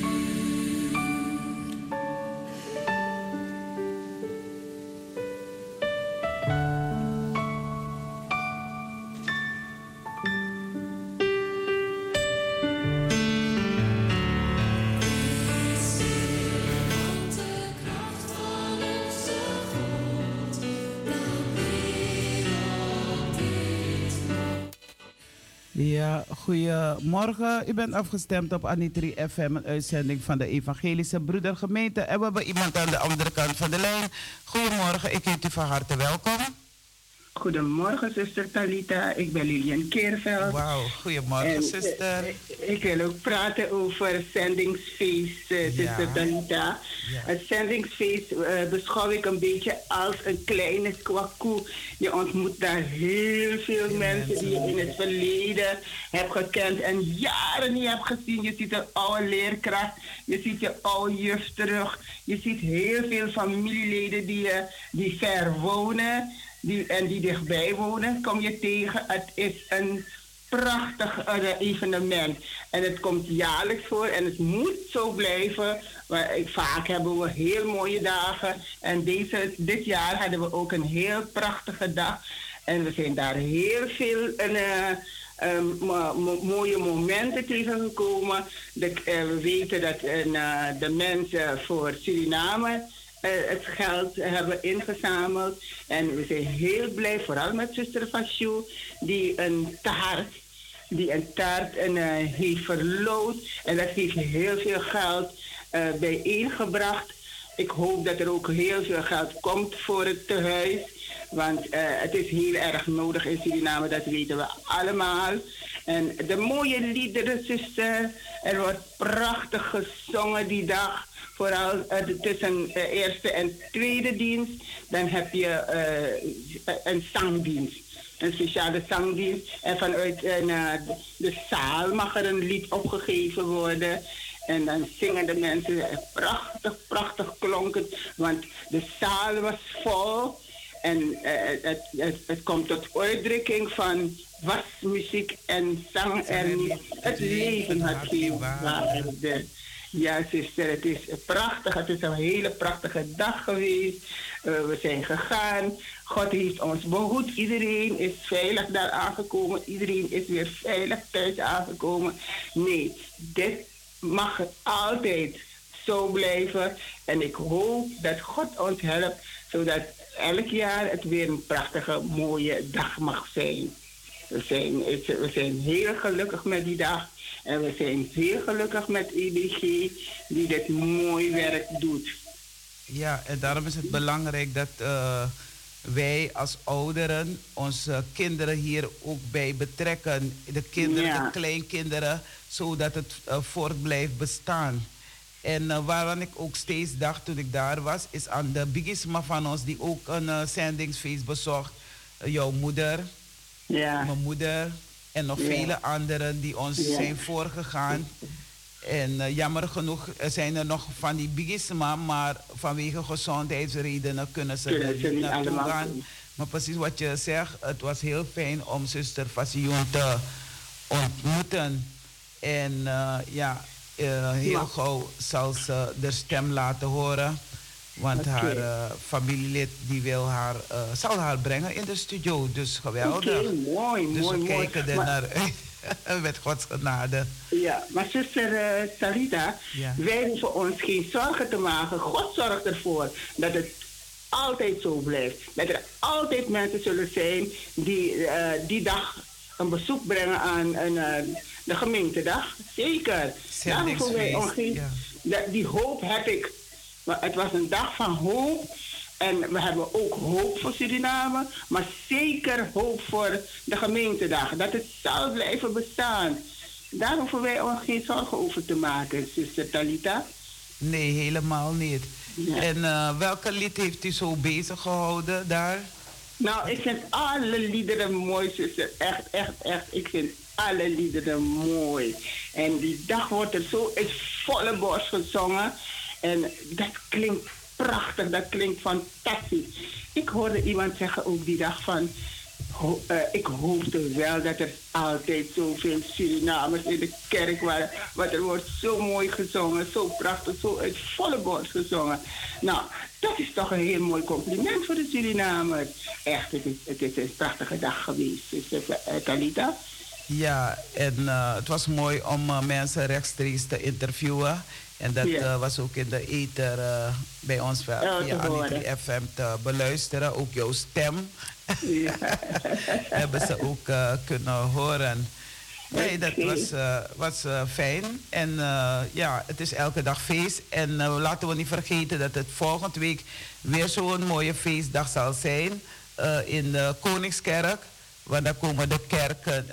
Speaker 3: Want de kracht van onze God daalt neer op dit land.
Speaker 1: Ja, goedemorgen. U bent afgestemd op Anitri FM, een uitzending van de Evangelische Broedergemeente. En we hebben iemand aan de andere kant van de lijn. Goedemorgen, ik heet u van harte welkom.
Speaker 4: Goedemorgen, zuster Talita. Ik ben Lilian Keerveld.
Speaker 1: Wauw, goedemorgen,
Speaker 4: En,
Speaker 1: zuster.
Speaker 4: ik wil ook praten over het zendingsfeest, zuster
Speaker 1: Ja.
Speaker 4: Talita.
Speaker 1: Ja.
Speaker 4: Het zendingsfeest beschouw ik een beetje als een kleine kwakoe. Je ontmoet daar heel veel mensen die je in het verleden hebt gekend en jaren niet hebt gezien. Je ziet een oude leerkracht, je ziet je oude juf terug. Je ziet heel veel familieleden die ver wonen. Die dichtbij wonen, kom je tegen. Het is een prachtig evenement. En het komt jaarlijks voor en het moet zo blijven. Maar vaak hebben we heel mooie dagen. En dit jaar hadden we ook een heel prachtige dag. En we zijn daar heel veel mooie momenten tegengekomen. We weten dat de mensen voor Suriname het geld hebben ingezameld. En we zijn heel blij, vooral met zuster Fashou, die een taart heeft verloot. En dat heeft heel veel geld bijeengebracht. Ik hoop dat er ook heel veel geld komt voor het tehuis. Want het is heel erg nodig in Suriname, dat weten we allemaal. En de mooie liederen, zuster. Er wordt prachtig gezongen die dag. Vooral tussen eerste en tweede dienst. Dan heb je een zangdienst. Een speciale zangdienst. En vanuit de zaal mag er een lied opgegeven worden. En dan zingen de mensen prachtig, prachtig klonk het. Want de zaal was vol. En het komt tot uitdrukking van was muziek en zang er niet. Het leven had geen waarde. Ja, zuster, het is prachtig. Het is een hele prachtige dag geweest. We zijn gegaan. God heeft ons behoed. Iedereen is veilig daar aangekomen. Iedereen is weer veilig thuis aangekomen. Nee, dit mag altijd zo blijven. En ik hoop dat God ons helpt, zodat elk jaar het weer een prachtige, mooie dag mag zijn. We zijn heel gelukkig met die dag. En we zijn heel gelukkig met EBG, die dit mooi werk doet.
Speaker 1: Ja, en daarom is het belangrijk dat wij als ouderen onze kinderen hier ook bij betrekken. De kinderen, de kleinkinderen, zodat het voort blijft bestaan. En waaraan ik ook steeds dacht toen ik daar was, is aan de bigisma van ons die ook een zendingsfeest bezocht. Jouw moeder, mijn moeder en nog vele anderen die ons zijn voorgegaan. En jammer genoeg zijn er nog van die bigisma, maar vanwege gezondheidsredenen kunnen ze er niet naartoe gaan. Maar precies wat je zegt, het was heel fijn om zuster Fassion te ontmoeten. En heel gauw zal ze de stem laten horen. Want haar familielid die wil zal haar brengen in de studio. Dus geweldig.
Speaker 4: Mooi,
Speaker 1: dus
Speaker 4: mooi,
Speaker 1: we kijken er naar uit met Gods genade.
Speaker 4: Ja, maar zuster Sarita, wij hoeven ons geen zorgen te maken. God zorgt ervoor dat het altijd zo blijft. Dat er altijd mensen zullen zijn die die dag een bezoek brengen aan de gemeentedag. Zeker. Daar hoeven wij ons geen... Die hoop heb ik. Maar het was een dag van hoop. En we hebben ook hoop voor Suriname. Maar zeker hoop voor de gemeentedag. Dat het zal blijven bestaan. Daar hoeven wij ons geen zorgen over te maken, zuster Talita.
Speaker 1: Nee, helemaal niet. Ja. En welke lied heeft u zo bezig gehouden daar?
Speaker 4: Nou, ik vind alle liederen mooi, zuster. Echt, echt, echt. Ik vind alle liederen mooi. En die dag wordt er zo uit volle borst gezongen. En dat klinkt prachtig, dat klinkt fantastisch. Ik hoorde iemand zeggen ook die dag van... ik hoopte wel dat er altijd zoveel Surinamers in de kerk waren. Want er wordt zo mooi gezongen, zo prachtig, zo uit volle borst gezongen. Nou, dat is toch een heel mooi compliment voor de Surinamers. Echt, het is een prachtige dag geweest, zuster Talita.
Speaker 1: Ja, en het was mooi om mensen rechtstreeks te interviewen. En dat was ook in de ether bij ons via Anitri FM te beluisteren. Ook jouw stem hebben ze ook kunnen horen. Nee, dat was fijn. En het is elke dag feest. En laten we niet vergeten dat het volgende week weer zo'n mooie feestdag zal zijn. In de Koningskerk. Want dan komen de kerken,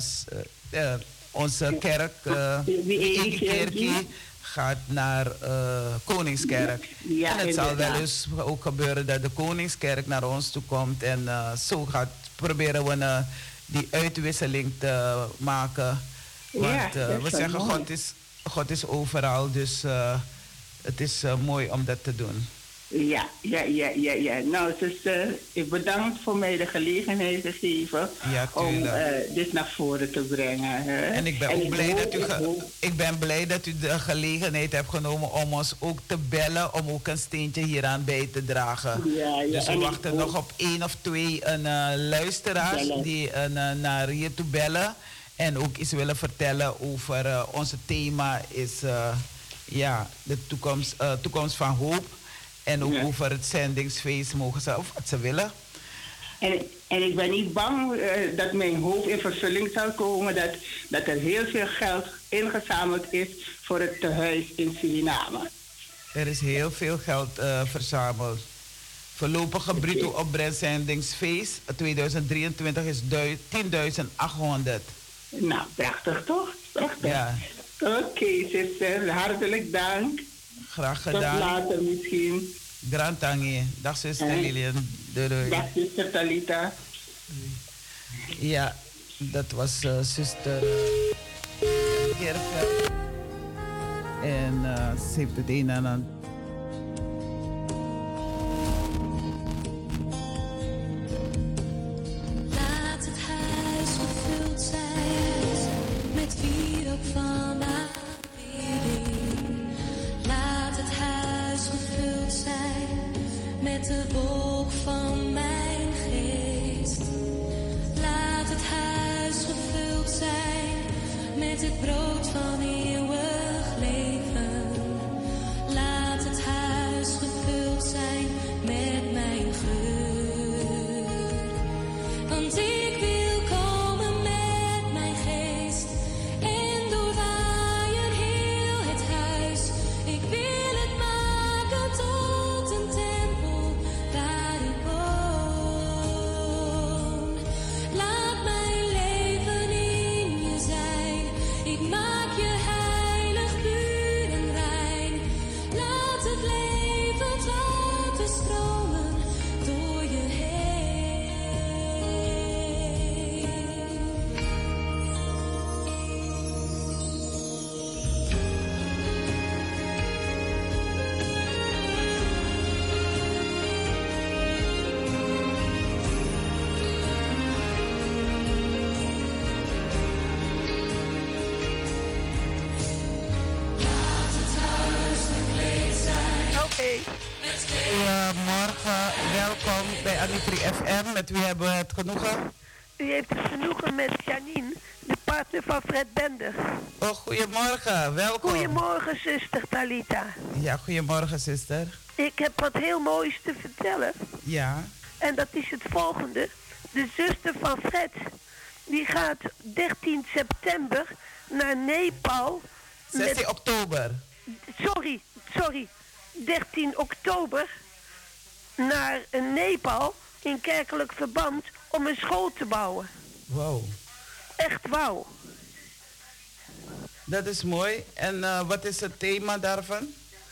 Speaker 1: onze kerk, de kerkie gaat naar Koningskerk. Ja, en het zal wel eens ook gebeuren dat de Koningskerk naar ons toe komt. En zo proberen we die uitwisseling te maken. Want we zeggen, God is overal. Dus het is mooi om dat te doen.
Speaker 4: Ja. Nou, zuster, ik bedank voor mij de gelegenheid te geven om dit naar voren te brengen. Hè?
Speaker 1: En ik ben ook blij dat u de gelegenheid hebt genomen om ons ook te bellen, om ook een steentje hieraan bij te dragen. Ja, dus we wachten nog op 1 of 2 luisteraars die naar hier toe bellen. En ook iets willen vertellen over onze thema is de toekomst van hoop. En ook over het zendingsfeest mogen ze, of wat ze willen.
Speaker 4: En ik ben niet bang dat mijn hoop in vervulling zal komen. Dat er heel veel geld ingezameld is voor het tehuis in Suriname.
Speaker 1: Er is heel veel geld verzameld. Voorlopige bruto opbrengst zendingsfeest 2023 is 10.800.
Speaker 4: Nou, prachtig toch? Prachtig.
Speaker 1: Ja.
Speaker 4: Oké, zuster. Hartelijk dank.
Speaker 1: Graag gedaan.
Speaker 4: Tot later misschien.
Speaker 1: Grand Tangi. Dag zuster Lilian. Doei.
Speaker 4: Dag zuster Talita.
Speaker 1: Ja, dat was zuster Gerveld. En ze heeft het een en ander.
Speaker 3: Laat het huis gevuld zijn met wierook van aanbidding. Laat het huis gevuld zijn met de wolk van mijn geest. Laat het huis gevuld zijn met het brood van eeuwig leven. Laat het huis gevuld zijn met mijn geur. Want ik wil komen met mijn geest en doorwaaien heel het huis. Ik wil het maken tot een tempel waar ik woon. Laat mijn leven in je zijn. Ik maak je heilig, puur en rein. Laat het levend water stromen door je heen. Laat het huis gekleed zijn.
Speaker 1: Oké. Goedemorgen, welkom bij Anitri FM. Met wie hebben we het genoegen?
Speaker 5: U heeft het genoegen met Janine, de partner van Fred Bender.
Speaker 1: Oh, goedemorgen, welkom.
Speaker 5: Goedemorgen, zuster Talita.
Speaker 1: Ja, goedemorgen, zuster.
Speaker 5: Ik heb wat heel moois te vertellen.
Speaker 1: Ja,
Speaker 5: En dat is het volgende. De zuster van Fred, die gaat 13 september naar Nepal.
Speaker 1: 16 oktober.
Speaker 5: Sorry. 13 oktober naar Nepal in kerkelijk verband om een school te bouwen.
Speaker 1: Wow,
Speaker 5: Echt wauw.
Speaker 1: dat is mooi. En wat is het thema daarvan?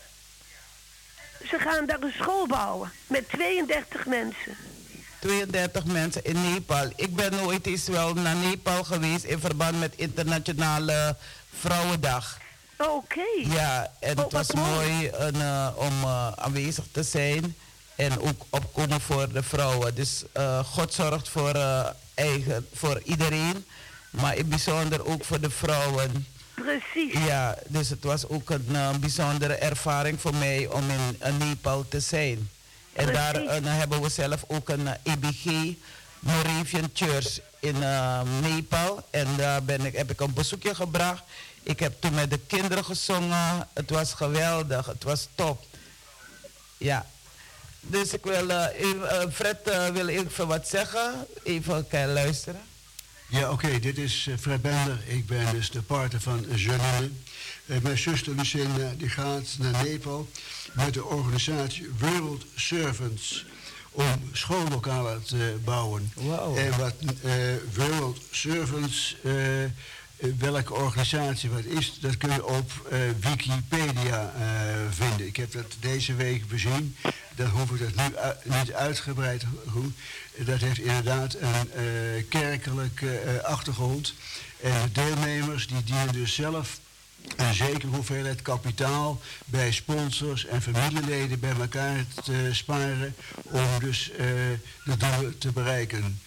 Speaker 5: Ze gaan daar een school bouwen met 32 mensen.
Speaker 1: 32 mensen in Nepal. Ik ben nooit eens wel naar Nepal geweest in verband met Internationale Vrouwendag.
Speaker 5: Oké.
Speaker 1: Ja, en het
Speaker 5: wat
Speaker 1: was mooi om aanwezig te zijn en ook opkomen voor de vrouwen. Dus God zorgt voor iedereen, maar in bijzonder ook voor de vrouwen.
Speaker 5: Precies.
Speaker 1: Ja, dus het was ook een bijzondere ervaring voor mij om in Nepal te zijn. En daar hebben we zelf ook een EBG, Moravian Church in Nepal. En daar heb ik een bezoekje gebracht. Ik heb toen met de kinderen gezongen. Het was geweldig. Het was top. Ja. Dus ik wil, Fred wil even wat zeggen. Even kan je luisteren.
Speaker 6: Ja, oké, dit is Fred Bender. Ik ben dus de partner van Janine. Mijn zuster Lucinda die gaat naar Nepal met de organisatie World Servants om schoollokalen te bouwen.
Speaker 1: Wow.
Speaker 6: En wat World Servants, welke organisatie wat is, dat kun je op Wikipedia vinden. Ik heb dat deze week bezien. Dan hoef ik dat nu niet uitgebreid te doen. Dat heeft inderdaad een kerkelijke achtergrond. En de deelnemers die dienen dus zelf een zekere hoeveelheid kapitaal bij sponsors en familieleden bij elkaar te sparen om dus de doelen te bereiken.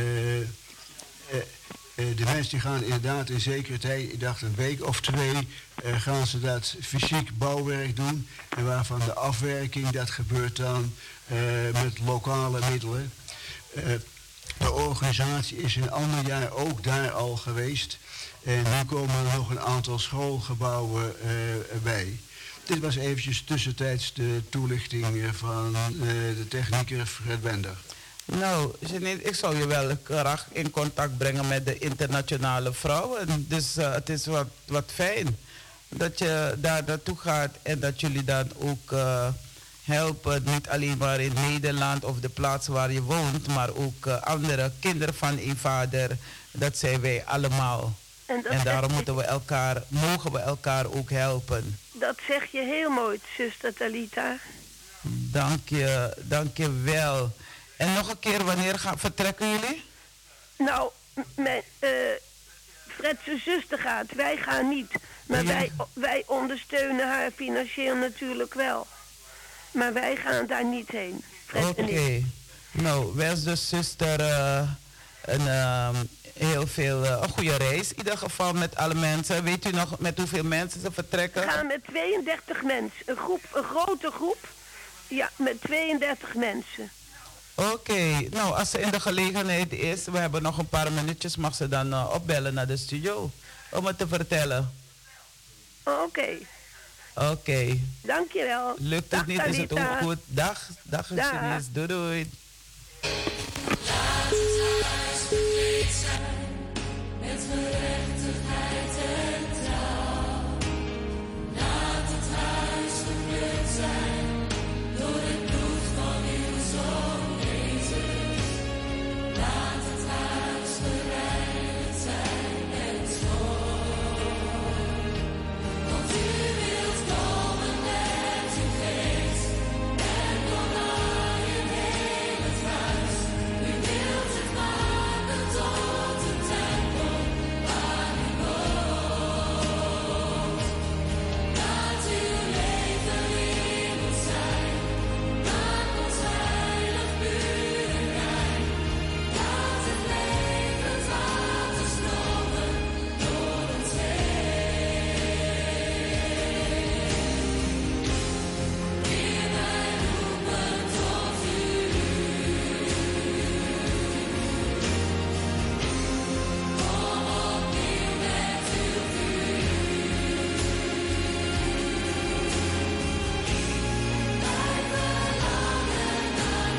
Speaker 6: De mensen die gaan inderdaad in zekere tijd, ik dacht een week of 2, gaan ze dat fysiek bouwwerk doen. En waarvan de afwerking, dat gebeurt dan met lokale middelen. De organisatie is een ander jaar ook daar al geweest. En nu komen er nog een aantal schoolgebouwen bij. Dit was eventjes tussentijds de toelichting van de technieker Fred Bender.
Speaker 1: Nou, Janine, ik zou je wel graag in contact brengen met de internationale vrouwen. Dus het is wat fijn dat je daar naartoe gaat en dat jullie dan ook helpen. Niet alleen maar in Nederland of de plaats waar je woont, maar ook andere kinderen van een vader. Dat zijn wij allemaal. En daarom mogen we elkaar ook helpen.
Speaker 5: Dat zeg je heel mooi, zuster Talita.
Speaker 1: Dank je wel. En nog een keer, wanneer vertrekken jullie?
Speaker 5: Nou, Fred's zuster gaat, wij gaan niet. Maar wij ondersteunen haar financieel natuurlijk wel. Maar wij gaan daar niet heen.
Speaker 1: Oké. Nou, wens de zuster een goede reis. In ieder geval met alle mensen. Weet u nog met hoeveel mensen ze vertrekken?
Speaker 5: We gaan met 32 mensen. Een grote groep. Ja, met 32 mensen.
Speaker 1: Oké. Nou, als ze in de gelegenheid is, we hebben nog een paar minuutjes, mag ze dan opbellen naar de studio om het te vertellen.
Speaker 5: Oké.
Speaker 1: Oké.
Speaker 5: Dankjewel.
Speaker 1: Lukt het niet, is het ook goed. Dag geschiedenis. Doei doei.
Speaker 3: Laat het huis bekleed zijn met gerechtigheid en trouw. Laat het huis gekleurd zijn door het bloed van uw Zoon Jezus. Laat het huis gereinigd zijn en schoon. Want u wilt komen met uw geest en doorwaaien heel het huis. U wilt het maken tot een tempel waar u woont. Laat uw leven in ons zijn. Maak ons heilig, puur en rein. Laat het levend water stromen door ons heen. Heer, wij roepen tot u. Kom opnieuw met uw vuur. Wij verlangen naar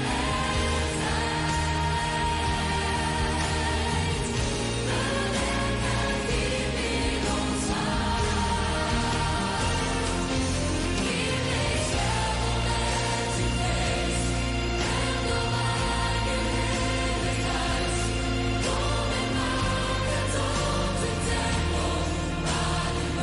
Speaker 3: echtheid. Bewerkheid diep in ons hart. Heer, wees welkom met uw geest en doorwaai uw heel het huis. Kom en maak het tot een tempel waar u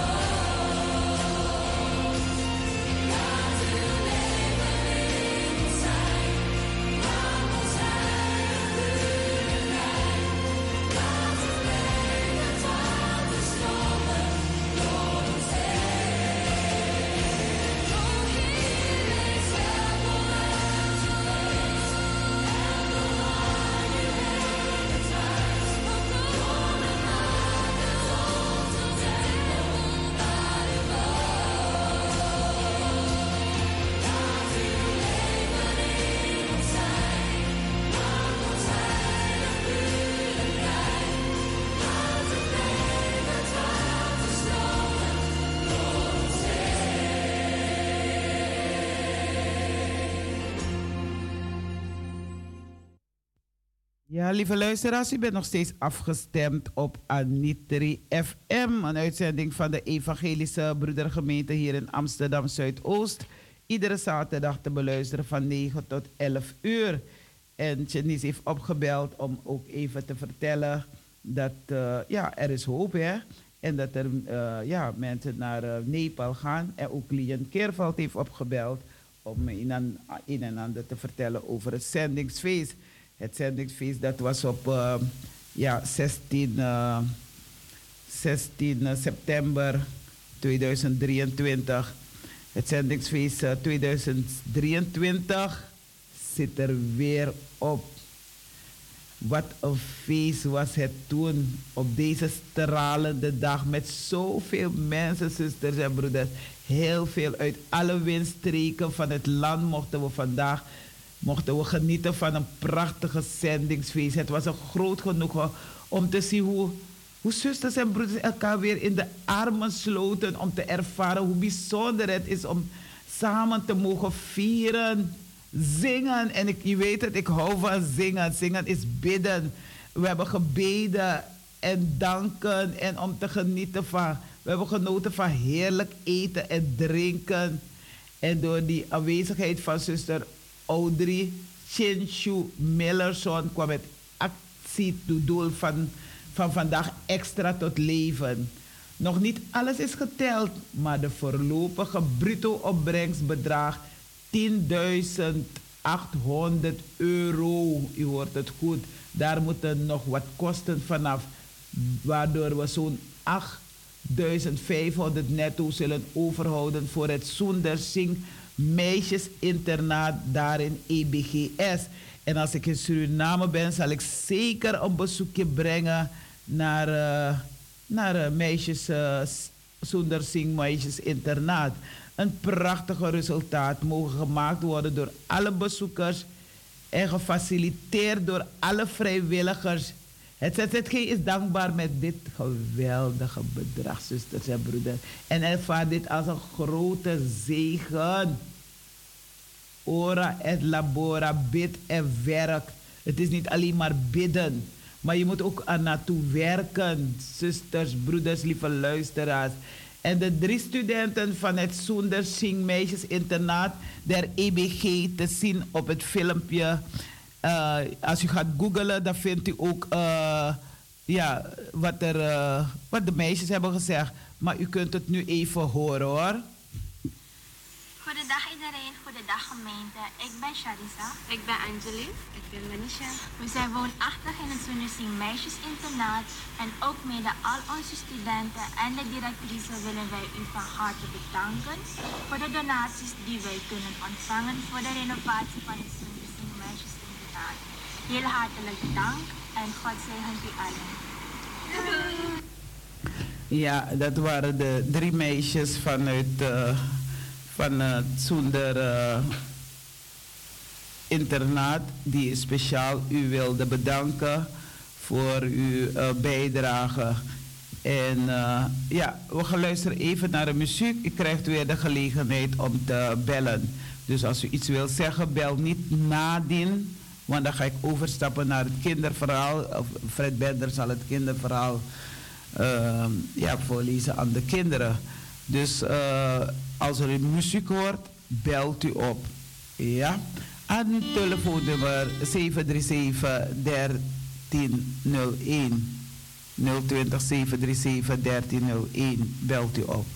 Speaker 3: woont. Laat uw leven in ons zijn. Maak ons heilig, puur en rein. Laat het levend water stromen door ons heen. O Heer, wees welkom met uw geest en doorwaai uw heel het huis. Kom en maak het tot een tempel waar u woont. Laat uw leven in ons zijn. Maak ons heilig, puur en rein. Laat het levend water stromen door ons
Speaker 1: Ja, lieve luisteraars, u bent nog steeds afgestemd op Anitri FM, een uitzending van de Evangelische Broedergemeente hier in Amsterdam Zuidoost. Iedere zaterdag te beluisteren van 9 tot 11 uur. En Janice heeft opgebeld om ook even te vertellen dat er is hoop, hè. En dat er mensen naar Nepal gaan. En ook Lian Keerveld heeft opgebeld om een en ander te vertellen over het zendingsfeest. Het zendingsfeest dat was op 16 september 2023. Het zendingsfeest 2023 zit er weer op. Wat een feest was het toen op deze stralende dag met zoveel mensen, zusters en broeders. Heel veel uit alle windstreken van het land mochten we vandaag mochten we genieten van een prachtige zendingsfeest. Het was een groot genoegen om te zien hoe zusters en broeders elkaar weer in de armen sloten. Om te ervaren hoe bijzonder het is om samen te mogen vieren. Zingen. En je weet het, ik hou van zingen. Zingen is bidden. We hebben gebeden en danken en om te genieten van. We hebben genoten van heerlijk eten en drinken. En door die aanwezigheid van zuster Audrey Chinshu Millerson kwam het actiedoel van vandaag extra tot leven. Nog niet alles is geteld, maar de voorlopige bruto opbrengst bedraagt €10.800. U hoort het goed. Daar moeten nog wat kosten vanaf, waardoor we zo'n €8.500 netto zullen overhouden voor het Sundar Singh meisjesinternaat daar in EBGS. En als ik in Suriname ben, zal ik zeker een bezoekje brengen naar Sundar Singh meisjesinternaat. Een prachtige resultaat mogen gemaakt worden door alle bezoekers en gefaciliteerd door alle vrijwilligers. Het ZZG is dankbaar met dit geweldige bedrag, zusters en broeders. En ervaart dit als een grote zegen. Ora et labora, bid en werk. Het is niet alleen maar bidden, maar je moet ook er naartoe werken. Zusters, broeders, lieve luisteraars. En de 3 studenten van het Sundar Singh meisjesinternaat der EBG te zien op het filmpje. Als u gaat googlen, dan vindt u ook wat de meisjes hebben gezegd. Maar u kunt het nu even horen hoor.
Speaker 7: Goedendag iedereen, goedendag gemeente. Ik ben Sharisa. Ik ben Anjali. Ik ben Manisha. We zijn woonachtig in het Sundar Singh meisjesinternaat. En ook mede al onze studenten en de directrice willen wij u van harte bedanken voor de donaties die wij kunnen ontvangen voor de renovatie van het Sundar Singh meisjesinternaat. Heel hartelijk dank en God zegent u allen.
Speaker 1: Ja, dat waren de 3 meisjes vanuit van het Sundar internaat die speciaal u wilde bedanken voor uw bijdrage. En we gaan luisteren even naar de muziek. U krijgt weer de gelegenheid om te bellen. Dus als u iets wilt zeggen, bel niet nadien. Want dan ga ik overstappen naar het kinderverhaal. Fred Bender zal het kinderverhaal voorlezen aan de kinderen. Dus als er muziek hoort, belt u op. Ja? Aan telefoonnummer 737-1301. 020-737-1301. Belt u op.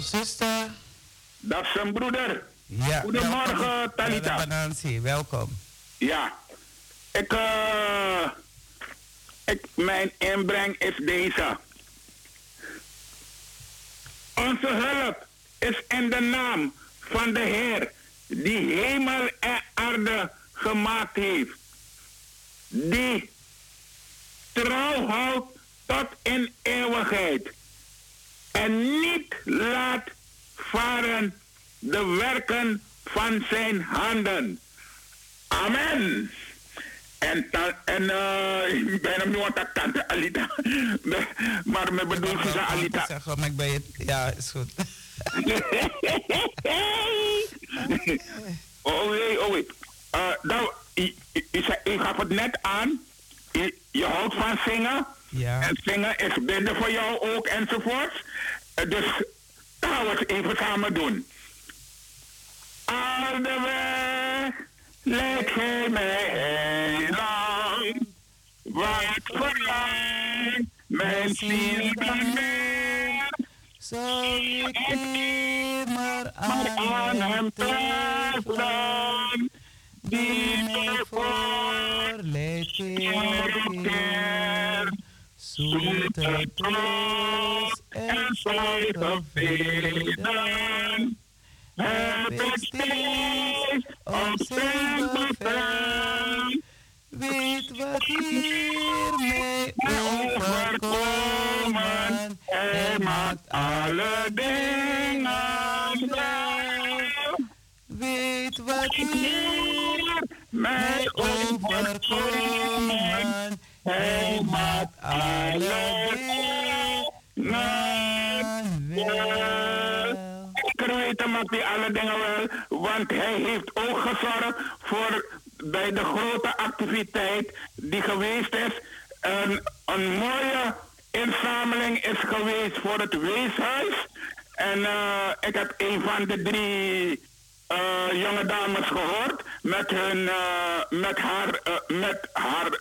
Speaker 1: zuster.
Speaker 8: Dat is zijn broeder.
Speaker 1: Ja.
Speaker 8: Goedemorgen, Talita.
Speaker 1: Nancy, welkom.
Speaker 8: Ja. Mijn inbreng is deze. Onze hulp is in de naam van de Heer, die hemel en aarde gemaakt heeft. Die trouw houdt tot in eeuwigheid. En niet laat varen de werken van zijn handen. Amen. Ik ben hem nu aan het tante Alita. Maar mijn bedoel is Alita.
Speaker 1: Zeg maar, ik ben het. Ja, is goed.
Speaker 8: Oh wee. Ik gaf het net aan. Je houdt van zingen.
Speaker 1: Ja.
Speaker 8: En zingen is bidden voor jou ook enzovoort. Dus gaan we het even samen doen. Al de weg leidt gij mij heel lang. Wat verlangt mijn ziel dan meer.
Speaker 1: Zou ik immer
Speaker 8: aan hem twijfelen. Die mij
Speaker 1: voorleidt keer. Zoete troost en zalige vrede. Heb ik steeds op zijn bevel. Weet wat hier mij overkomen. Hij maakt alle dingen wel. Weet wat hier mij overkomen. Hij maakt alle dingen wel.
Speaker 8: Zeker weten maakt hij alle dingen wel, want hij heeft ook gezorgd voor bij de grote activiteit die geweest is. Een mooie inzameling is geweest voor het weeshuis. En ik heb een van de 3 jonge dames gehoord met haar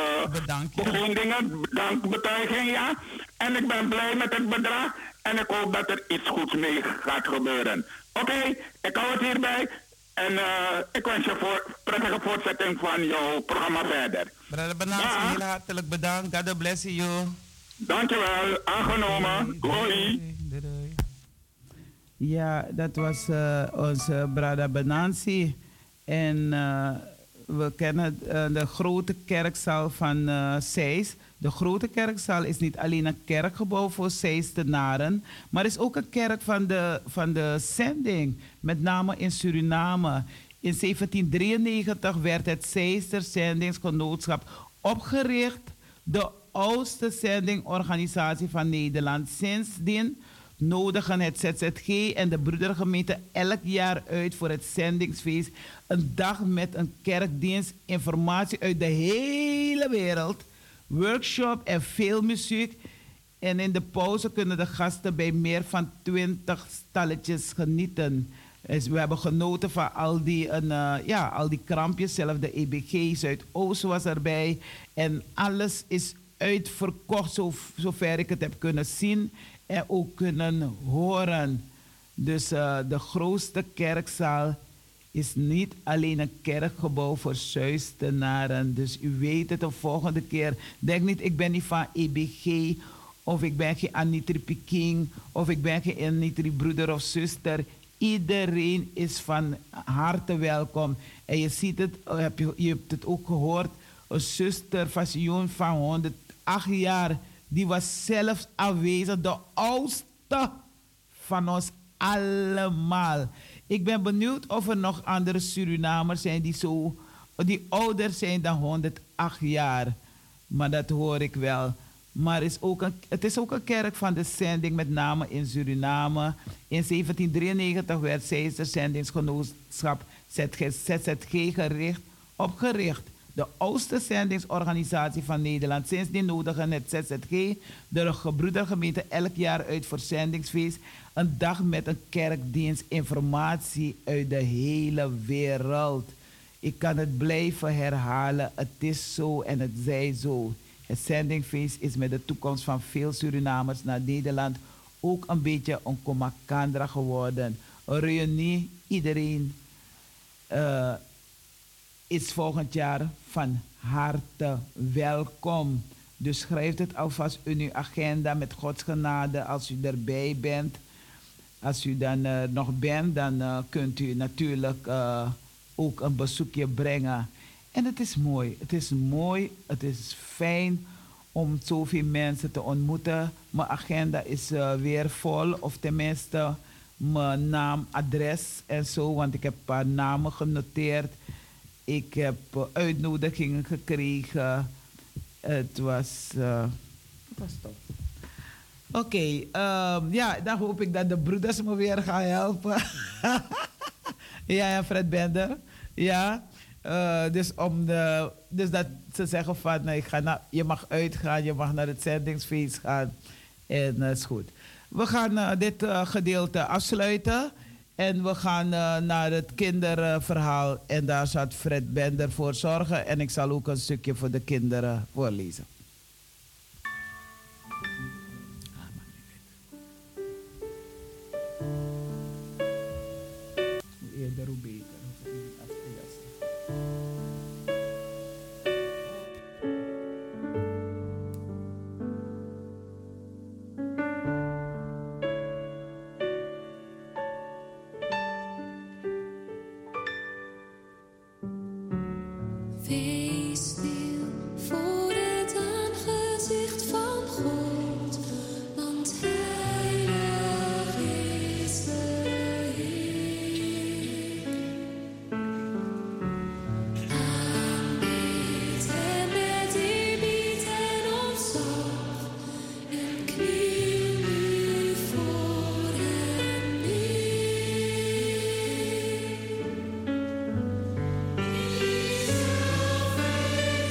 Speaker 8: dankbetuiging, ja. En ik ben blij met het bedrag en ik hoop dat er iets goeds mee gaat gebeuren. Oké, ik hou het hierbij en ik wens je prettige voortzetting van jouw programma verder.
Speaker 1: Brother Banansi, heel hartelijk bedankt. God bless you.
Speaker 8: Dankjewel, aangenomen. Hoi.
Speaker 1: Ja, dat was onze Brother Banansi. En we kennen de grote kerkzaal van Zeist. De grote kerkzaal is niet alleen een kerkgebouw voor Zeestenaren, maar is ook een kerk van de zending, met name in Suriname. In 1793 werd het Zeester Zendingsgenootschap opgericht, de oudste zendingorganisatie van Nederland. Sindsdien nodigen het ZZG en de broedergemeente elk jaar uit voor het zendingsfeest. Een dag met een kerkdienst, informatie uit de hele wereld, workshop en veel muziek. En in de pauze kunnen de gasten bij meer van 20 stalletjes genieten. Dus we hebben genoten van al die krampjes. Zelfs de EBG Zuidoost was erbij. En alles is uitverkocht, zover ik het heb kunnen zien en ook kunnen horen. Dus de grootste kerkzaal is niet alleen een kerkgebouw voor Zuistenaren. Dus u weet het de volgende keer. Denk niet, ik ben niet van EBG, of ik ben geen Anitri Peking, of ik ben geen Anitri broeder of zuster. Iedereen is van harte welkom. En je ziet het, je hebt het ook gehoord. Een zuster van Sion van 108 jaar, die was zelfs aanwezig. De oudste van ons allemaal. Ik ben benieuwd of er nog andere Surinamers zijn die ouder zijn dan 108 jaar. Maar dat hoor ik wel. Maar het is ook een kerk van de zending, met name in Suriname. In 1793 werd Zeester Zendingsgenootschap ZZG opgericht. De oudste zendingsorganisatie van Nederland. Sindsdien nodigen het ZZG de gebroedergemeente elk jaar uit voor zendingsfeest. Een dag met een kerkdienst, informatie uit de hele wereld. Ik kan het blijven herhalen. Het is zo en het zij zo. Het zendingfeest is met de toekomst van veel Surinamers naar Nederland ook een beetje een Komakandra geworden. Een reunie, iedereen is volgend jaar van harte welkom. Dus schrijf het alvast in uw agenda met Gods genade als u erbij bent. Als u dan nog bent, dan kunt u natuurlijk ook een bezoekje brengen. En het is mooi. Het is mooi. Het is fijn om zoveel mensen te ontmoeten. Mijn agenda is weer vol. Of tenminste mijn naam, adres en zo. Want ik heb een paar namen genoteerd. Ik heb uitnodigingen gekregen. Het was... was top. Oké, ja, dan hoop ik dat de broeders me weer gaan helpen. Ja, Fred Bender. Ja, dus dat ze zeggen van, nou, je mag uitgaan, je mag naar het zendingsfeest gaan. En dat is goed. We gaan dit gedeelte afsluiten. En we gaan naar het kinderverhaal. En daar zal Fred Bender voor zorgen. En ik zal ook een stukje voor de kinderen voorlezen. Eerder hoe beter.
Speaker 3: Wees stil voor het aangezicht van God, want heilig is de Heer. Aanbid hem met eerbied en ontzag en kniel nu voor hem neer.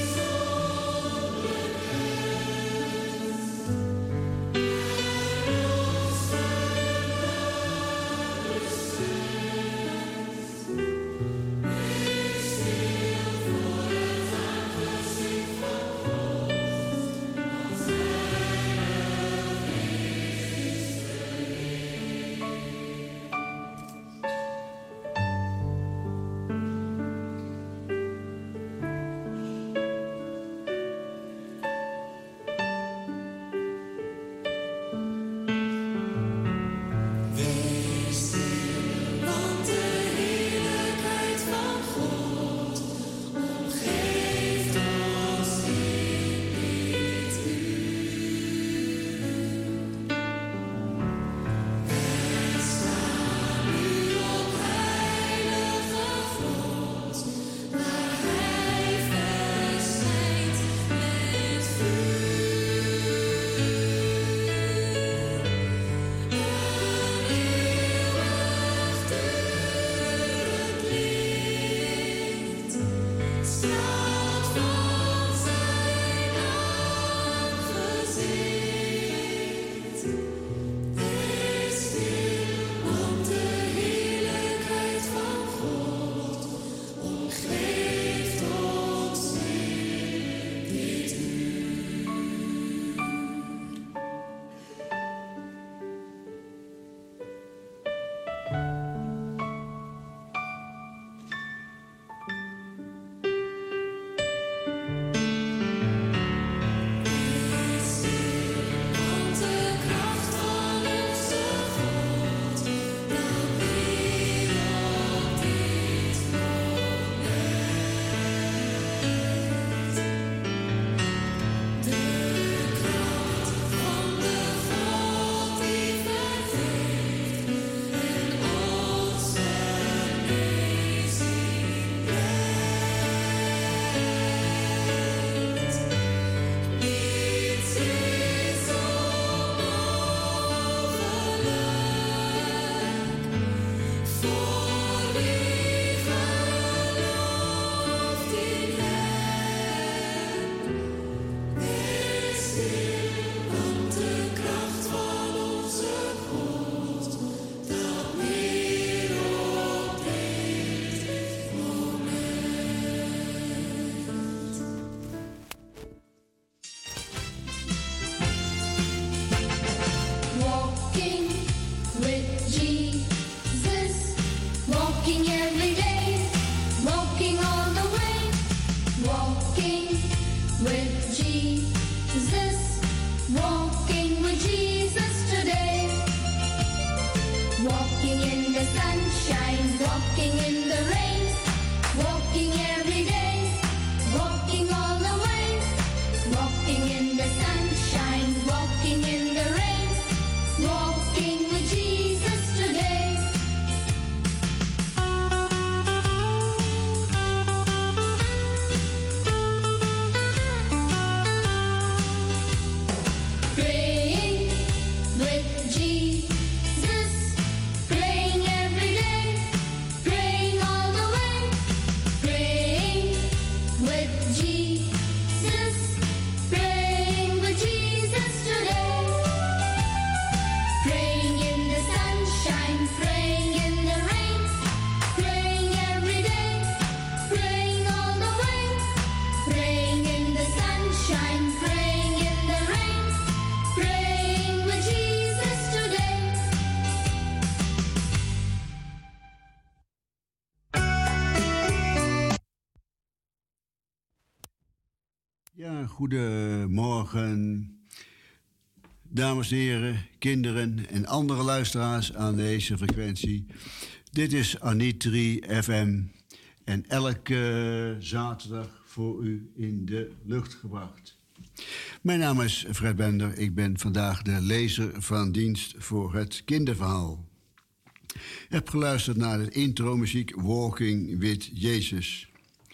Speaker 6: Ja, goedemorgen, dames en heren, kinderen en andere luisteraars aan deze frequentie. Dit is Anitri FM en elke zaterdag voor u in de lucht gebracht. Mijn naam is Fred Bender, ik ben vandaag de lezer van dienst voor het kinderverhaal. Ik heb geluisterd naar de intromuziek Walking with Jesus.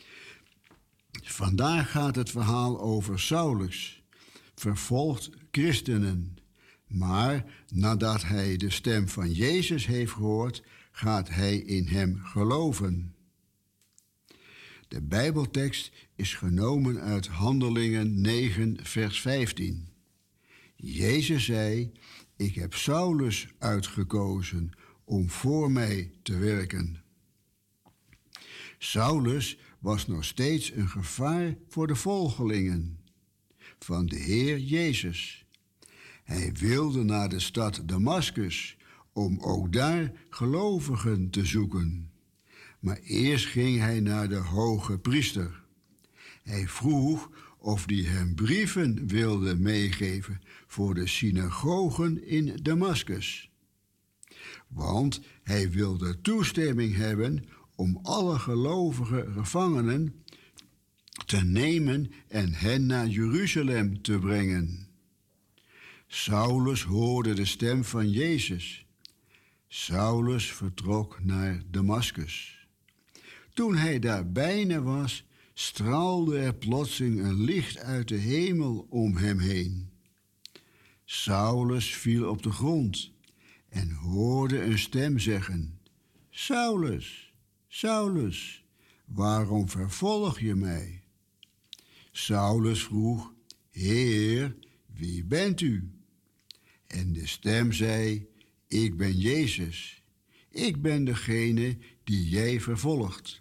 Speaker 6: Vandaag gaat het verhaal over Saulus, vervolgd christenen. Maar nadat hij de stem van Jezus heeft gehoord, gaat hij in hem geloven. De Bijbeltekst is genomen uit Handelingen 9, vers 15. Jezus zei, ik heb Saulus uitgekozen om voor mij te werken. Saulus was nog steeds een gevaar voor de volgelingen van de Heer Jezus. Hij wilde naar de stad Damaskus om ook daar gelovigen te zoeken. Maar eerst ging hij naar de hoge priester. Hij vroeg of die hem brieven wilde meegeven voor de synagogen in Damaskus. Want hij wilde toestemming hebben om alle gelovige gevangenen te nemen en hen naar Jeruzalem te brengen. Saulus hoorde de stem van Jezus. Saulus vertrok naar Damaskus. Toen hij daar bijna was, straalde er plotseling een licht uit de hemel om hem heen. Saulus viel op de grond en hoorde een stem zeggen, Saulus, Saulus, waarom vervolg je mij? Saulus vroeg, Heer, wie bent u? En de stem zei, ik ben Jezus. Ik ben degene die jij vervolgt.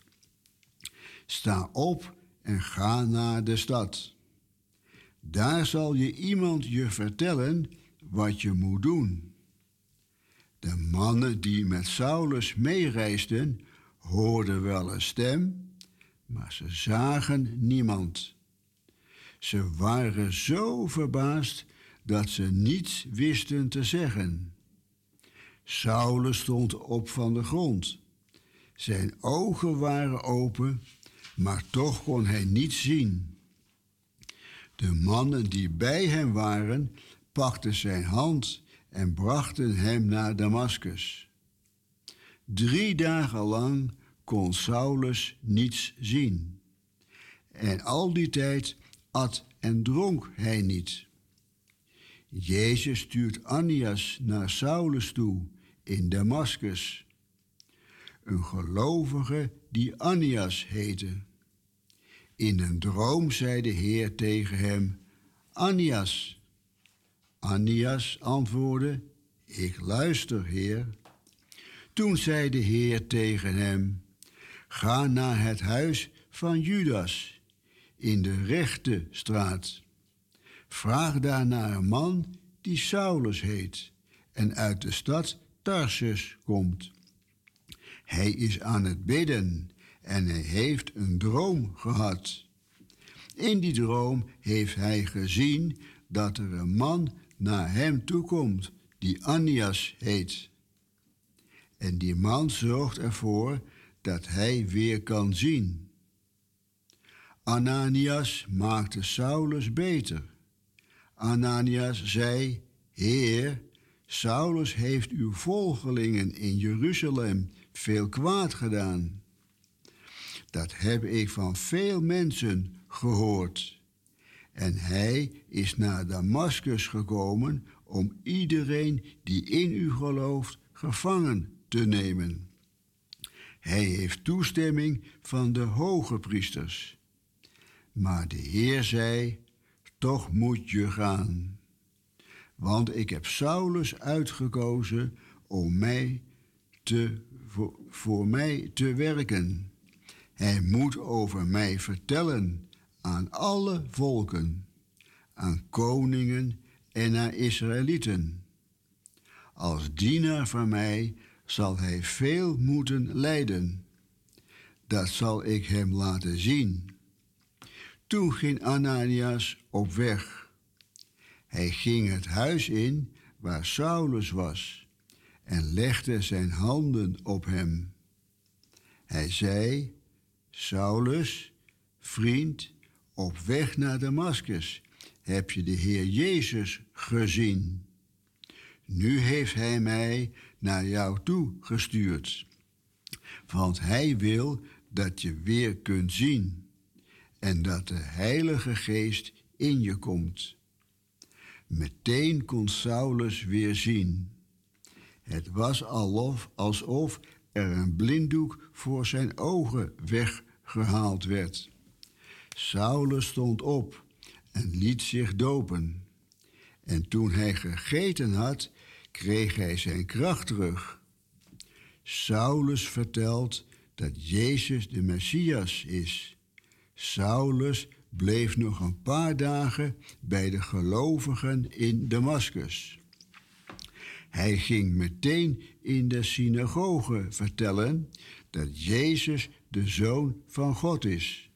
Speaker 6: Sta op en ga naar de stad. Daar zal je iemand je vertellen wat je moet doen. De mannen die met Saulus meereisden, hoorden wel een stem, maar ze zagen niemand. Ze waren zo verbaasd dat ze niets wisten te zeggen. Saulus stond op van de grond. Zijn ogen waren open, maar toch kon hij niets zien. De mannen die bij hem waren, pakten zijn hand en brachten hem naar Damaskus. 3 dagen lang kon Saulus niets zien. En al die tijd at en dronk hij niet. Jezus stuurt Ananias naar Saulus toe in Damaskus. Een gelovige die Ananias heette. In een droom zei de Heer tegen hem, Ananias. Ananias antwoordde, ik luister, Heer. Toen zei de Heer tegen hem, ga naar het huis van Judas in de rechte straat. Vraag daar naar een man die Saulus heet en uit de stad Tarsus komt. Hij is aan het bidden en hij heeft een droom gehad. In die droom heeft hij gezien dat er een man naar hem toekomt die Ananias heet. En die man zorgt ervoor dat hij weer kan zien. Ananias maakte Saulus beter. Ananias zei, Heer, Saulus heeft uw volgelingen in Jeruzalem veel kwaad gedaan. Dat heb ik van veel mensen gehoord. En hij is naar Damaskus gekomen om iedereen die in u gelooft gevangen te nemen. Hij heeft toestemming van de hoge priesters. Maar de Heer zei, toch moet je gaan. Want ik heb Saulus uitgekozen om voor mij te werken. Hij moet over mij vertellen aan alle volken, aan koningen en aan Israëlieten. Als dienaar van mij zal hij veel moeten lijden. Dat zal ik hem laten zien. Toen ging Ananias op weg. Hij ging het huis in waar Saulus was en legde zijn handen op hem. Hij zei: Saulus, vriend, op weg naar Damaskus heb je de Heer Jezus gezien. Nu heeft hij mij naar jou toe gestuurd, want hij wil dat je weer kunt zien en dat de Heilige Geest in je komt. Meteen kon Saulus weer zien. Het was alsof er een blinddoek voor zijn ogen weggehaald werd. Saulus stond op en liet zich dopen. En toen hij gegeten had, kreeg hij zijn kracht terug. Saulus vertelt dat Jezus de Messias is. Saulus bleef nog een paar dagen bij de gelovigen in Damaskus. Hij ging meteen in de synagoge vertellen dat Jezus de Zoon van God is.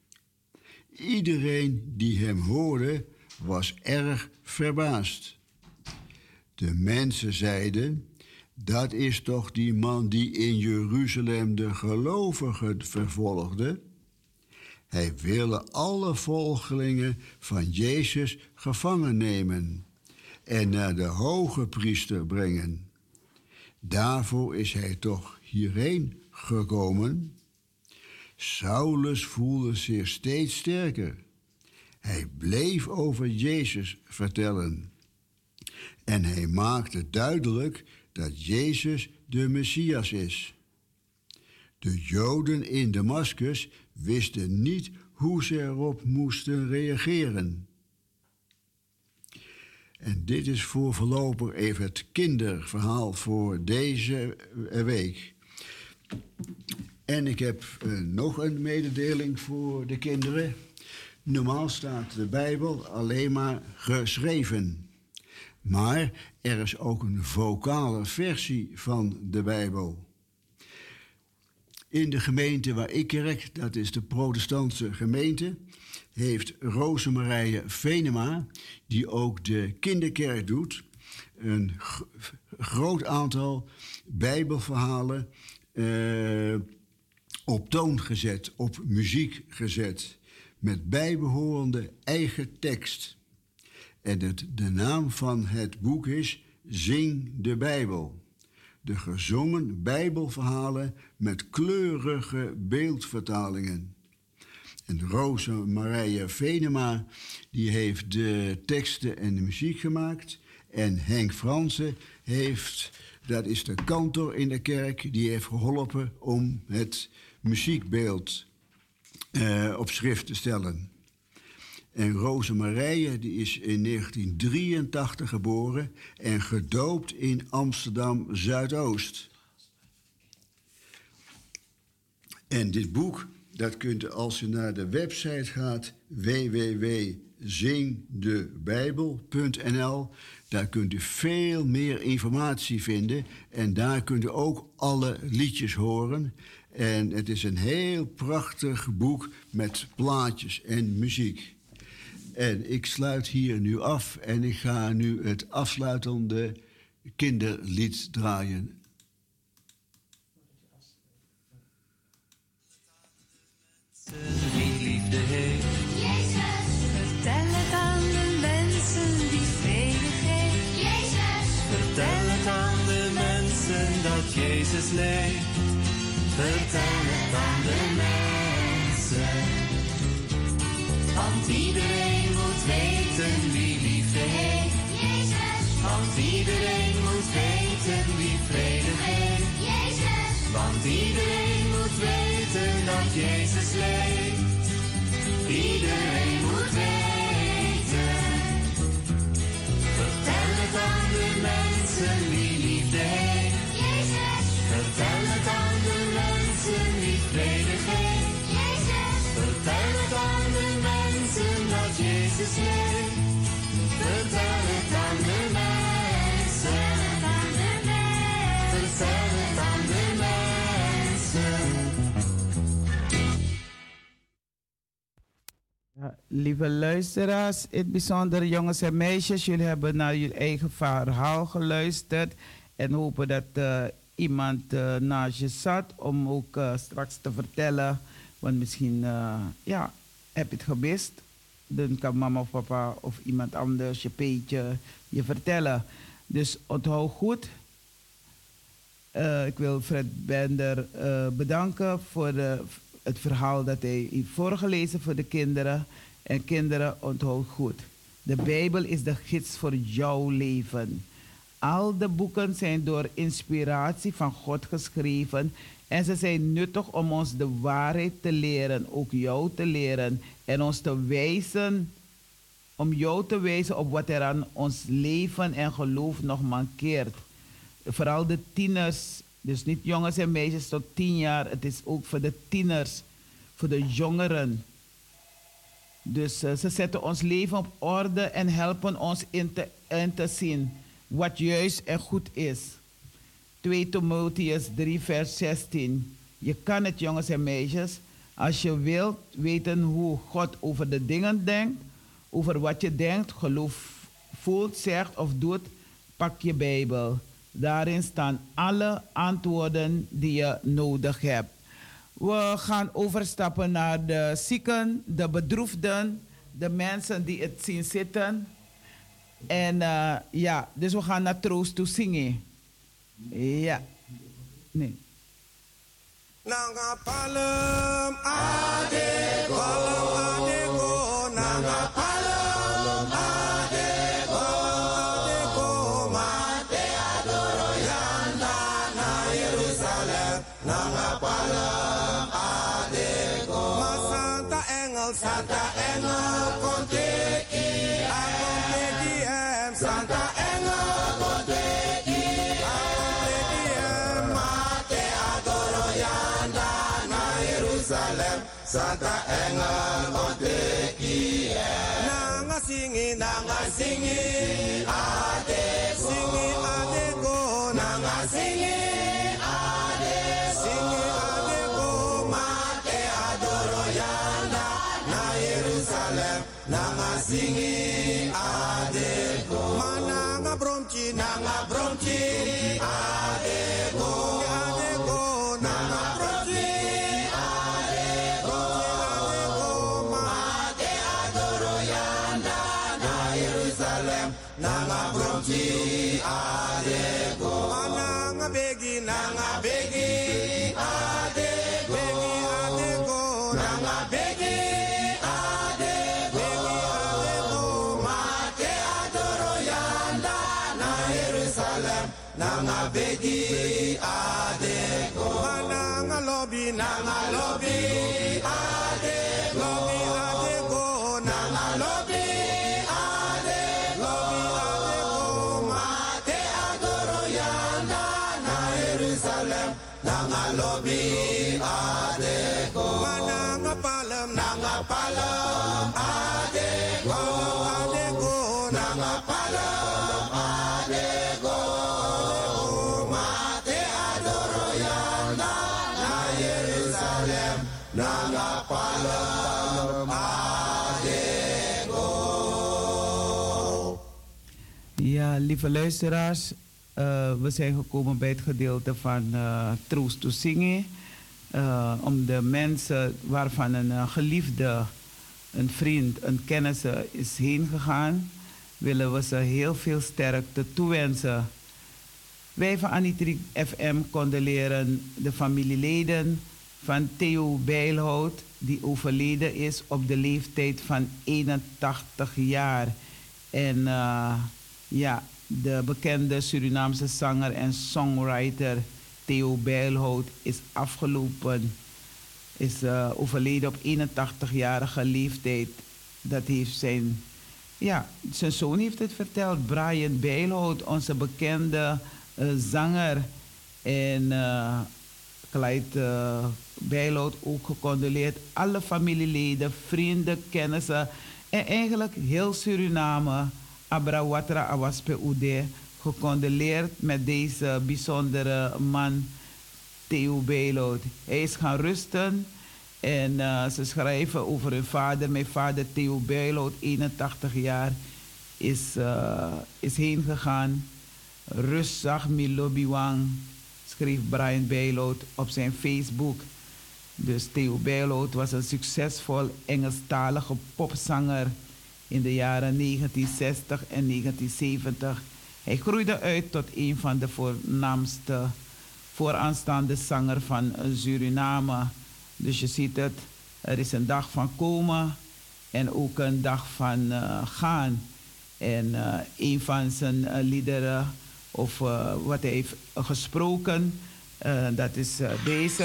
Speaker 6: Iedereen die hem hoorde was erg verbaasd. De mensen zeiden: dat is toch die man die in Jeruzalem de gelovigen vervolgde? Hij wilde alle volgelingen van Jezus gevangen nemen en naar de hoge priester brengen. Daarvoor is hij toch hierheen gekomen? Saulus voelde zich steeds sterker. Hij bleef over Jezus vertellen. En hij maakte duidelijk dat Jezus de Messias is. De Joden in Damaskus wisten niet hoe ze erop moesten reageren. En dit is voor voorlopig even het kinderverhaal voor deze week. En ik heb nog een mededeling voor de kinderen. Normaal staat de Bijbel alleen maar geschreven. Maar er is ook een vocale versie van de Bijbel. In de gemeente waar ik kerk, dat is de protestantse gemeente, heeft Rosemarije Venema, die ook de kinderkerk doet, een groot aantal Bijbelverhalen op toon gezet, op muziek gezet, met bijbehorende eigen tekst. En de naam van het boek is Zing de Bijbel. De gezongen Bijbelverhalen met kleurige beeldvertalingen. En Rosemarije Venema, die heeft de teksten en de muziek gemaakt. En Henk Fransen dat is de kantor in de kerk, die heeft geholpen om het muziekbeeld op schrift te stellen. En Rosemarije, die is in 1983 geboren en gedoopt in Amsterdam Zuidoost. En dit boek, dat kunt u als u naar de website gaat, www.zingdebijbel.nl, daar kunt u veel meer informatie vinden en daar kunt u ook alle liedjes horen. En het is een heel prachtig boek met plaatjes en muziek. En ik sluit hier nu af en ik ga nu het afsluitende kinderlied draaien.
Speaker 9: Wie liefde heeft.
Speaker 3: Jezus. Vertel het aan de mensen die vrede geeft. Jezus.
Speaker 9: Vertel het aan de mensen dat Jezus leeft. Vertel het aan de mensen. Want iedereen moet weten wie liefde heeft.
Speaker 3: Jezus.
Speaker 9: Want iedereen moet weten wie vrede geeft.
Speaker 3: Jezus.
Speaker 9: Want iedereen moet weten dat Jezus leeft. Iedereen moet weten. Vertel het aan de mensen wie liefde heeft.
Speaker 3: Jezus.
Speaker 9: Vertel het aan de mensen wie vrede geeft.
Speaker 3: Jezus.
Speaker 9: Vertel het aan de mensen dat Jezus leeft. Vertel het aan de mensen. Vertel het aan de mensen.
Speaker 1: Ja, lieve luisteraars, in het bijzonder jongens en meisjes, jullie hebben naar jullie eigen verhaal geluisterd en hopen dat iemand naast je zat om ook straks te vertellen, want misschien ja, heb je het gemist. Dan kan mama of papa of iemand anders, je peetje, je vertellen. Dus onthoud goed. Ik wil Fred Bender bedanken voor het verhaal dat hij heeft voorgelezen voor de kinderen. En kinderen, onthoud goed. De Bijbel is de gids voor jouw leven. Al de boeken zijn door inspiratie van God geschreven. En ze zijn nuttig om ons de waarheid te leren, ook jou te leren. En ons te wijzen, om jou te wijzen op wat er aan ons leven en geloof nog mankeert. Vooral de tieners, dus niet jongens en meisjes tot 10 jaar. Het is ook voor de tieners, voor de jongeren. Dus ze zetten ons leven op orde en helpen ons in te zien wat juist en goed is. 2 Timotheus 3 vers 16. Je kan het, jongens en meisjes, als je wilt weten hoe God over de dingen denkt, over wat je denkt, gelooft, voelt, zegt of doet, pak je Bijbel. Daarin staan alle antwoorden die je nodig hebt. We gaan overstappen naar de zieken, de bedroefden, de mensen die het zien zitten. En ja, dus we gaan naar troost toe zingen. Ja. Nee.
Speaker 10: Nanga palem adego, palem adego, nanga palem adego, adego, mate adoro yanda na Jerusalem, nanga palem adego. Ma Santa Engel, konteki, akonteki em, Santa Engel, konteki, akonteki em, mate adoro yanda na Jerusalem, Santa Engel, konteki em. Nanga singi, adego, singi adego, nanga singi, adego, singi adego, mate adoro yanda na Jerusalem, nanga singi adego. Mananga bromchi, adego, adego, nanga bromchi, adego, adego, mate adoro yanda na Jerusalem, nanga bromchi, adego. Mananga begi, adego, begi adego, nanga begi, adego, adego, mate adoro yanda na Jerusalem, nanga begi adego. Mananga lobby, adego, lobby adego, nanga lobby, adego, adego, mate adoro yanda na Jerusalem, nanga lobby adego. Mananga palem, adego, adego, nanga palem adego, mate adoro yanda na Jerusalem, nanga palem adego.
Speaker 1: Ja, lieve luisteraars, we zijn gekomen bij het gedeelte van troost toe zingen. Om de mensen waarvan een geliefde, een vriend, een kennisse is heen gegaan, willen we ze heel veel sterkte toewensen. Wij van Anitri FM condoleren de familieleden van Theo Bijlhout, die overleden is op de leeftijd van 81 jaar. En ja, de bekende Surinaamse zanger en songwriter Theo Bijlhout is overleden op 81-jarige leeftijd. Dat heeft zijn zoon heeft het verteld, Brian Bijlhout, onze bekende zanger. En Clyde Bijlhout ook gecondoleerd. Alle familieleden, vrienden, kennissen en eigenlijk heel Suriname, Abrawatra Awaspe Ude, gecondoleerd met deze bijzondere man Theo Bijlhout. Hij is gaan rusten En ze schrijven over hun vader. Mijn vader Theo Bijloot, 81 jaar, is heen gegaan. Rustig Milobiwang, schreef Brian Bijloot op zijn Facebook. Dus Theo Bijloot was een succesvol Engelstalige popzanger in de jaren 1960 en 1970. Hij groeide uit tot een van de voornaamste vooraanstaande zanger van Suriname. Dus je ziet het, er is een dag van komen en ook een dag van gaan. En een van zijn liederen, of wat hij heeft gesproken, dat is deze.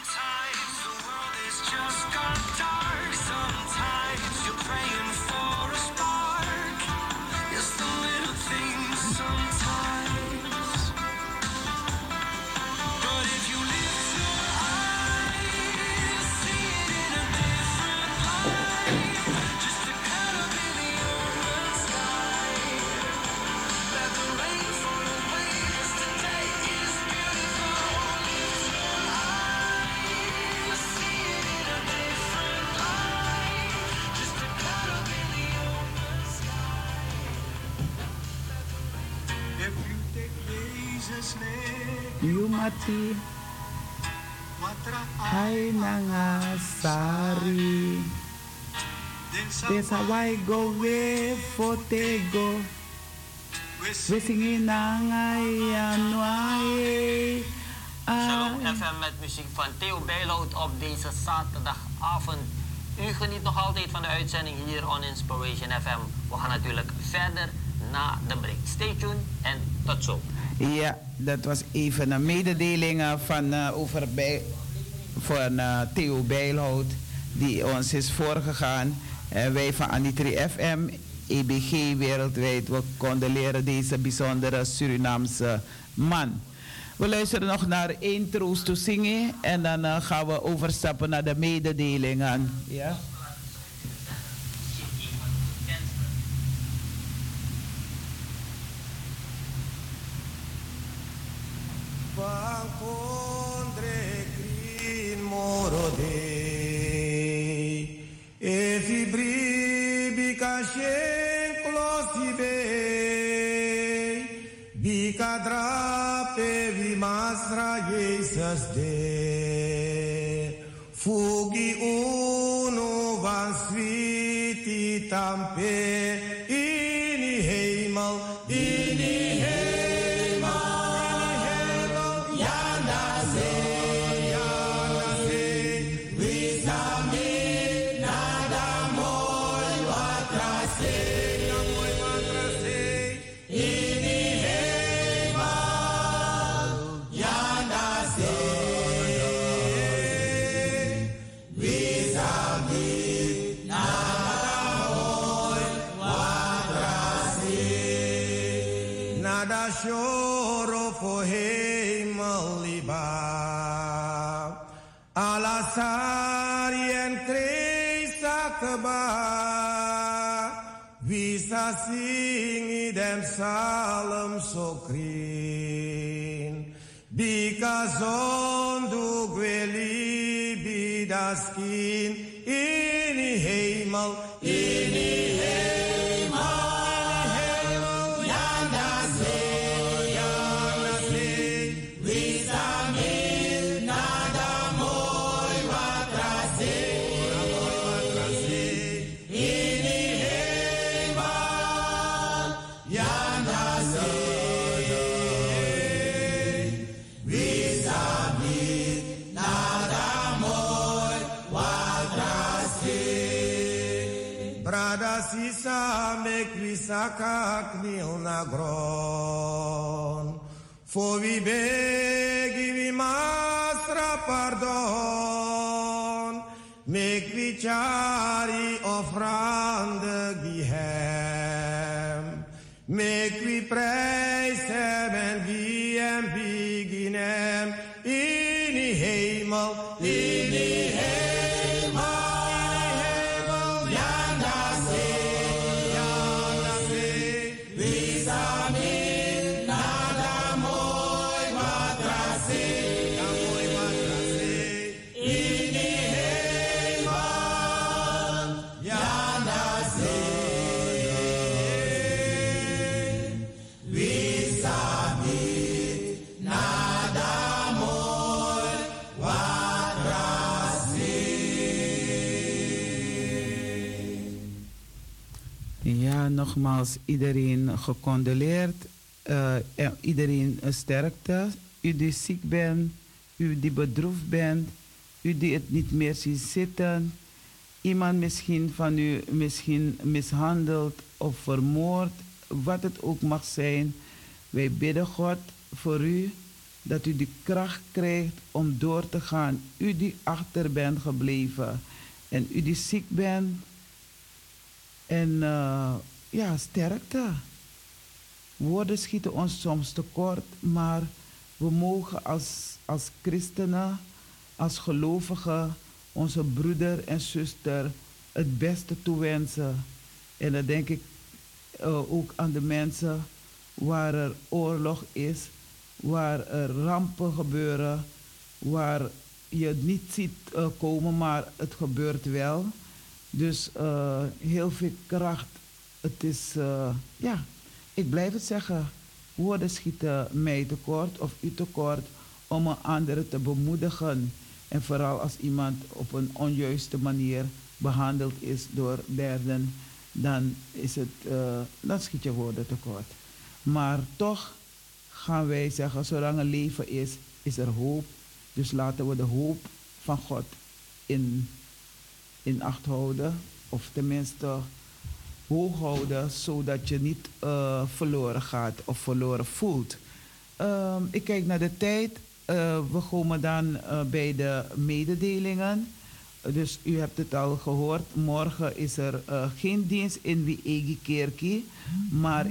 Speaker 1: Yumati ay nangasari desa wai go we fotego we singin nangay anuaye.
Speaker 11: Shalom FM met muziek van Theo Bijloot op deze zaterdagavond. U geniet nog altijd van de uitzending hier on Inspiration FM. We gaan natuurlijk verder na de break. Stay tuned en tot zo.
Speaker 1: Ja, dat was even een mededeling van Theo Bijloot die ons is voorgegaan. Wij van Anitri FM, EBG wereldwijd, we condoleren deze bijzondere Surinaamse man. We luisteren nog naar één troost te zingen en dan gaan we overstappen naar de mededelingen. Ja?
Speaker 10: Jezus de fugi uno van sviti tampe in die hemel, in die hemel, ja na zee, wie samen na da mooi watrase, in die hemel, ja na zee, wie samen na da mooi watrase, nada shoro voor hemel liba, alasari en kreisakba, visa sing dem salem so green, because on du gweli bidaskin in die hemel, in die hemel, ja na zee, wie samen na da mooi watrase, in die hemel, ja na zee, wie samen na da mooi watrase. Brada sisa mek wisaka knil na gron. For we beg we masra pardon. Make we chari offrande gihem. Make we praise hem en wie hem begin hem. In die hemel, in die hemel, ja na zee, wie samen na da mooi watrase, in die hemel.
Speaker 1: Ja, nogmaals, iedereen gecondoleerd. En iedereen sterkte. U die ziek bent, u die bedroefd bent, u die het niet meer ziet zitten. Iemand misschien van u misschien mishandeld of vermoord, wat het ook mag zijn. Wij bidden God voor u dat u die kracht krijgt om door te gaan. U die achter bent gebleven en u die ziek bent. En ja, sterkte. Woorden schieten ons soms tekort, maar we mogen als christenen, als gelovigen, onze broeder en zuster het beste toewensen. En dan denk ik ook aan de mensen waar er oorlog is, waar er rampen gebeuren, waar je het niet ziet komen, maar het gebeurt wel. Dus heel veel kracht. Het is, ja, ik blijf het zeggen. Woorden schieten mij tekort of u tekort om een andere te bemoedigen. En vooral als iemand op een onjuiste manier behandeld is door derden, dan schiet je woorden tekort. Maar toch gaan wij zeggen, zolang er leven is, is er hoop. Dus laten we de hoop van God in acht houden. Of tenminste hoog houden, zodat je niet verloren gaat of verloren voelt. Ik kijk naar de tijd. We komen dan bij de mededelingen. Dus u hebt het al gehoord. Morgen is er geen dienst in Wiegi Kerkie, maar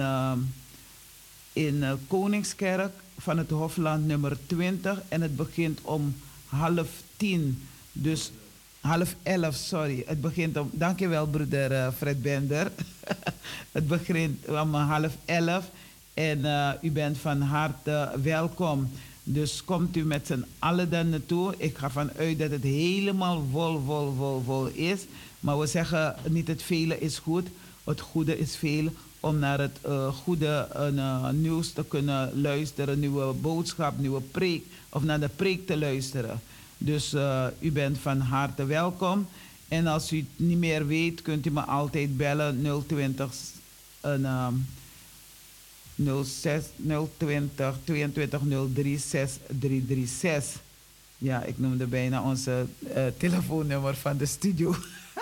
Speaker 1: in Koningskerk van het Hofland nummer 20. En het begint om 10:30. Dus 10:30, sorry. Het begint om, dankjewel broeder Fred Bender. Het begint om 10:30 en u bent van harte welkom. Dus komt u met z'n allen dan naartoe. Ik ga ervan uit dat het helemaal vol is. Maar we zeggen niet het vele is goed. Het goede is veel. Om naar het goede nieuws te kunnen luisteren. Nieuwe boodschap, nieuwe preek. Of naar de preek te luisteren. Dus u bent van harte welkom. En als u het niet meer weet, kunt u me altijd bellen 020 06 020 22 03 6336. Ja, ik noemde bijna onze telefoonnummer van de studio.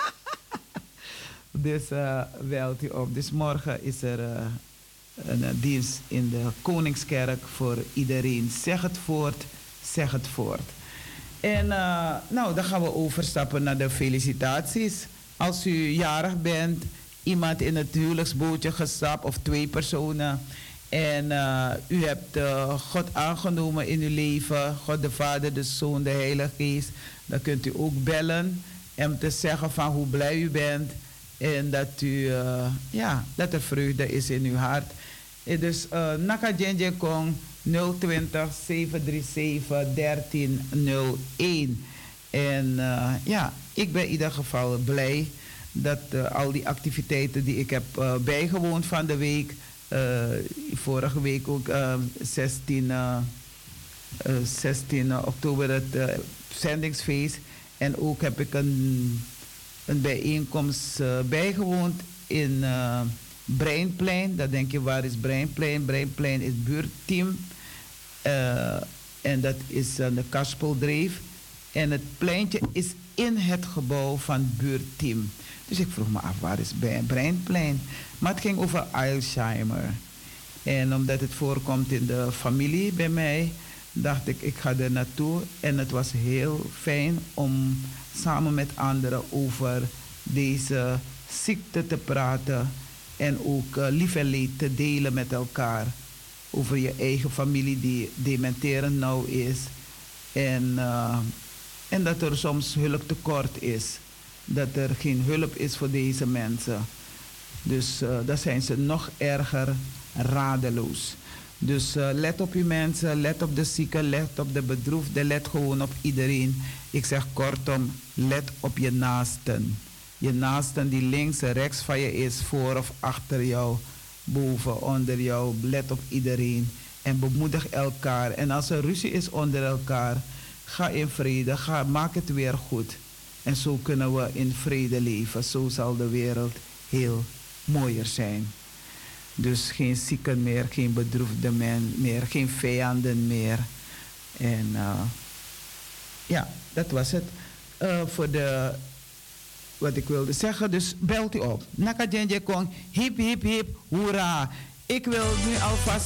Speaker 1: Dus belt u op. Dus morgen is er een dienst in de Koningskerk voor iedereen. Zeg het voort, zeg het voort. En nou, dan gaan we overstappen naar de felicitaties. Als u jarig bent, iemand in het huwelijksbootje gestapt of 2 personen. En u hebt God aangenomen in uw leven. God de Vader, de Zoon, de Heilige Geest. Dan kunt u ook bellen. En te zeggen van hoe blij u bent. En dat u, dat er vreugde is in uw hart. En dus Naka Jenjen Kong 020 737 1301. En ik ben in ieder geval blij dat al die activiteiten die ik heb bijgewoond van de week. Vorige week ook 16 oktober het zendingsfeest. En ook heb ik een bijeenkomst bijgewoond in Breinplein. Dan denk je, waar is Breinplein? Breinplein is buurtteam. En dat is aan de Kaspeldreef. En het pleintje is in het gebouw van buurtteam. Dus ik vroeg me af, waar is Breinplein? Maar het ging over Alzheimer. En omdat het voorkomt in de familie bij mij, dacht ik, ik ga er naartoe. En het was heel fijn om samen met anderen over deze ziekte te praten. En ook lief en leed te delen met elkaar. Over je eigen familie die dementerend nou is. En dat er soms hulp tekort is. Dat er geen hulp is voor deze mensen. Dus dan zijn ze nog erger radeloos. Dus let op uw mensen, let op de zieken, let op de bedroefden, let gewoon op iedereen. Ik zeg kortom, let op je naasten. Je naasten die links en rechts van je is, voor of achter jou, boven, onder jou. Let op iedereen en bemoedig elkaar. En als er ruzie is onder elkaar, ga in vrede, maak het weer goed. En zo kunnen we in vrede leven. Zo zal de wereld heel mooier zijn. Dus geen zieken meer, geen bedroefden meer, geen vijanden meer. En ja, dat was het voor de, wat ik wilde zeggen. Dus belt u op. Nakajenje Kong, hip hip hip, hoera. Ik wil nu alvast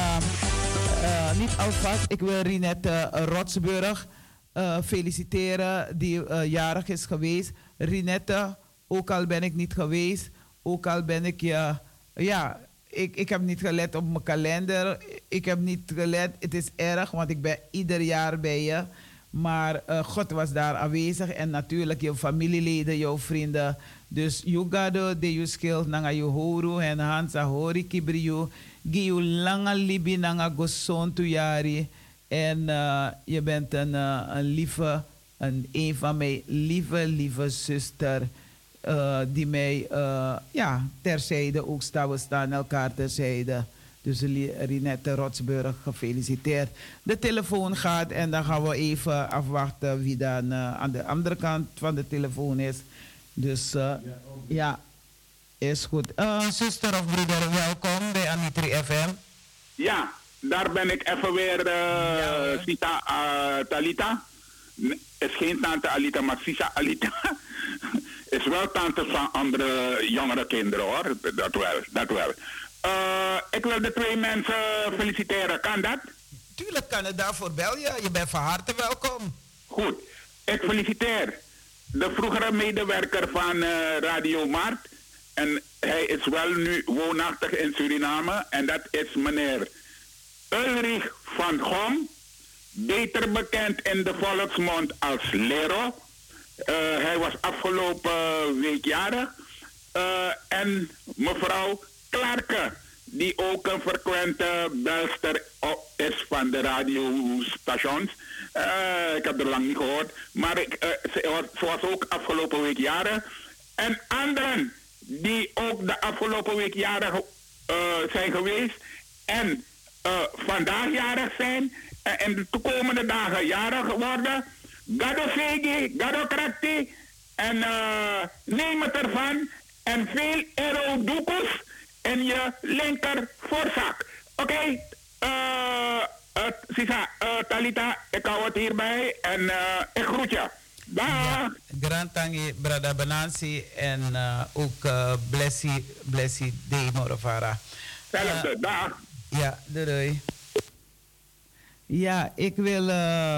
Speaker 1: niet alvast, ik wil Rinette Rotsburg feliciteren die jarig is geweest. Rinette, ook al ben ik niet geweest, ook al ben ik ja, ik heb niet gelet op mijn kalender. Ik heb niet gelet, het is erg, want ik ben ieder jaar bij je. Maar God was daar aanwezig en natuurlijk je familieleden, jouw vrienden. Dus Yugado de Yuskil nanga Yuhoru en Hansa Hori Kibriyu. Giu langa libi nanga goson tuyari. En je bent een lieve, een van mijn lieve zuster. Die mij terzijde ook staan. We staan elkaar terzijde. Dus Rinette Rotsburg, gefeliciteerd. De telefoon gaat en dan gaan we even afwachten wie dan aan de andere kant van de telefoon is. Dus ja, is goed. Zuster of broeder, welkom bij Anitri FM.
Speaker 8: Ja, daar ben ik even weer, Sita Talita. Is geen tante Alita, maar Sisa Alita. Is wel tante van andere jongere kinderen hoor, dat wel. Ik wil de twee mensen feliciteren, kan dat?
Speaker 1: Tuurlijk kan het, daarvoor bel je. Je bent van harte welkom.
Speaker 8: Goed, ik feliciteer de vroegere medewerker van Radio Mart. En hij is wel nu woonachtig in Suriname. En dat is meneer Ulrich van Gom. Beter bekend in de volksmond als Lero. Hij was afgelopen week jarig. En mevrouw Clarke, die ook een frequente belster is van de radiostations. Ik heb er lang niet gehoord. Maar ze was ook afgelopen week jarig. En anderen die ook de afgelopen week jarig zijn geweest. En vandaag jarig zijn. En de toekomende dagen jarig worden. Gado Segi, Gado Krakti. En neem het ervan. En veel euro-doekoes in je linker voorzak. Oké, Sisa, Talita, ik hou het hierbij en ik groet je. Dag.
Speaker 1: Ja, Grand Tangi, Brada Banansi en ook Blessie de Moravara.
Speaker 8: Zelfde, dag.
Speaker 1: Ja, doei. Ja, ik wil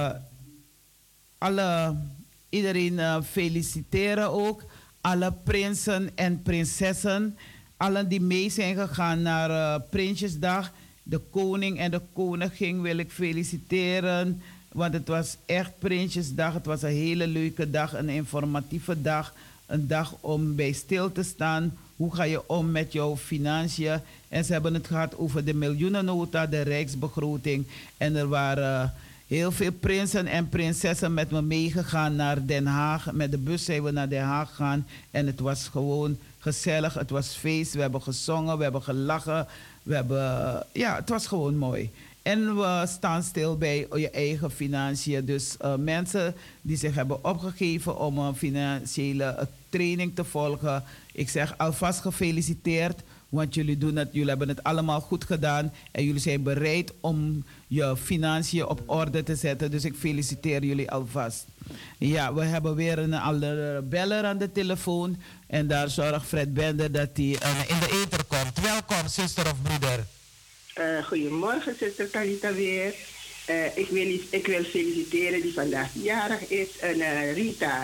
Speaker 1: iedereen feliciteren ook. Alle prinsen en prinsessen. Allen die mee zijn gegaan naar Prinsjesdag. De koning en de koningin wil ik feliciteren. Want het was echt Prinsjesdag. Het was een hele leuke dag, een informatieve dag. Een dag om bij stil te staan. Hoe ga je om met jouw financiën? En ze hebben het gehad over de miljoenennota, de rijksbegroting. En er waren heel veel prinsen en prinsessen met me meegegaan naar Den Haag. Met de bus zijn we naar Den Haag gegaan. En het was gewoon gezellig. Het was feest. We hebben gezongen. We hebben gelachen. Het was gewoon mooi. En we staan stil bij je eigen financiën. Dus mensen die zich hebben opgegeven om een financiële training te volgen. Ik zeg alvast gefeliciteerd. Want jullie hebben het allemaal goed gedaan. En jullie zijn bereid om je financiën op orde te zetten. Dus ik feliciteer jullie alvast. Ja, we hebben weer een andere beller aan de telefoon. En daar zorgt Fred Bender dat hij in de ether komt. Welkom, zuster of broeder.
Speaker 4: Goedemorgen, zuster Talita weer. Ik wil feliciteren die vandaag jarig is. Rita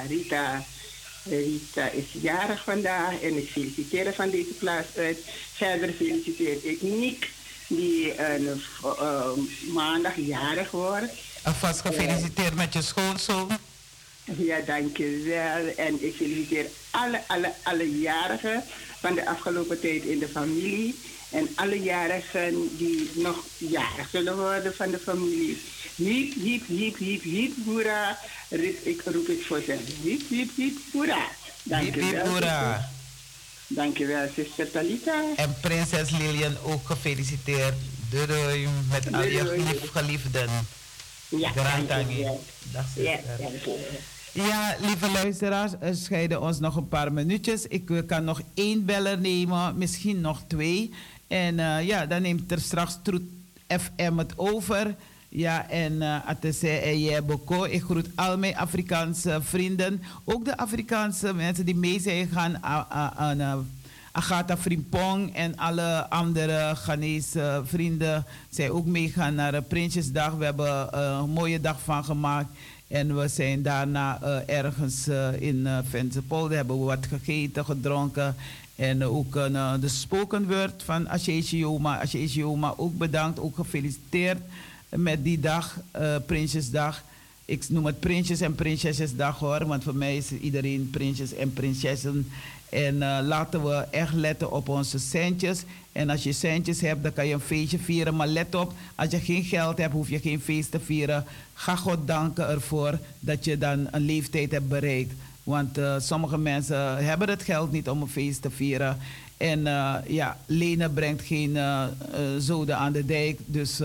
Speaker 4: is jarig vandaag en ik feliciteer haar van deze plaats uit. Verder feliciteer ik Nick, die maandag jarig wordt.
Speaker 1: Alvast gefeliciteerd met je schoonzoon.
Speaker 4: Ja, dankjewel. En ik feliciteer alle jarigen van de afgelopen tijd in de familie. En alle jarigen die nog jarig zullen worden van de familie. Hiep, hiep, hiep, hiep, hiep, hoera. Ik roep het voor ze. Hiep, hiep, hiep, hoera. Dankjewel.
Speaker 1: Hiep, hiep, hoera.
Speaker 4: Dankjewel, zuster Talita.
Speaker 1: En prinses Lilian ook gefeliciteerd. Doei, met al je geliefden.
Speaker 4: Ja,
Speaker 1: dankjewel.
Speaker 4: Dag,
Speaker 1: zuster. Ja, lieve luisteraars, er scheiden ons nog een paar minuutjes. Ik kan nog 1 beller nemen, misschien nog 2. En dan neemt er straks Troet FM het over. Ja, en Atese en Boko. Ik groet al mijn Afrikaanse vrienden. Ook de Afrikaanse mensen die mee zijn gaan aan Agatha Frimpong en alle andere Ghanese vrienden zijn ook meegaan naar Prinsjesdag. We hebben een mooie dag van gemaakt. En we zijn daarna ergens in Ventsepolder, hebben we wat gegeten, gedronken. En ook de spoken word van Asheshi Yoma. Asheshi Yoma ook bedankt, ook gefeliciteerd met die dag, Prinsjesdag. Ik noem het Prinsjes- en Prinsessesdag hoor, want voor mij is iedereen prinsjes en prinsessen. En laten we echt letten op onze centjes. En als je centjes hebt, dan kan je een feestje vieren. Maar let op, als je geen geld hebt, hoef je geen feest te vieren. Ga God danken ervoor dat je dan een leeftijd hebt bereikt. Want sommige mensen hebben het geld niet om een feest te vieren. En lenen brengt geen zoden aan de dijk. Dus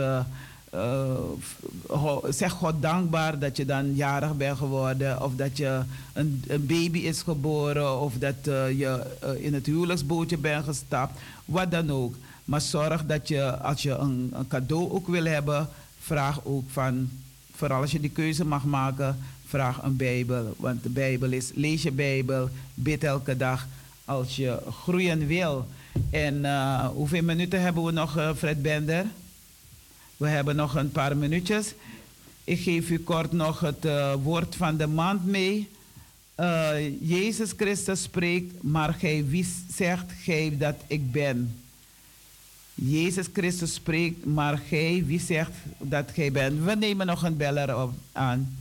Speaker 1: zeg God dankbaar dat je dan jarig bent geworden. Of dat je een baby is geboren. Of dat je in het huwelijksbootje bent gestapt. Wat dan ook. Maar zorg dat je, als je een cadeau ook wil hebben, vraag ook van, vooral als je die keuze mag maken, vraag een Bijbel. Want de Bijbel is, lees je Bijbel, bid elke dag als je groeien wil. En hoeveel minuten hebben we nog, Fred Bender? We hebben nog een paar minuutjes. Ik geef u kort nog het woord van de maand mee. Jezus Christus spreekt, maar wie zegt gij dat ik ben? Jezus Christus spreekt, maar wie zegt dat gij bent? We nemen nog een beller aan.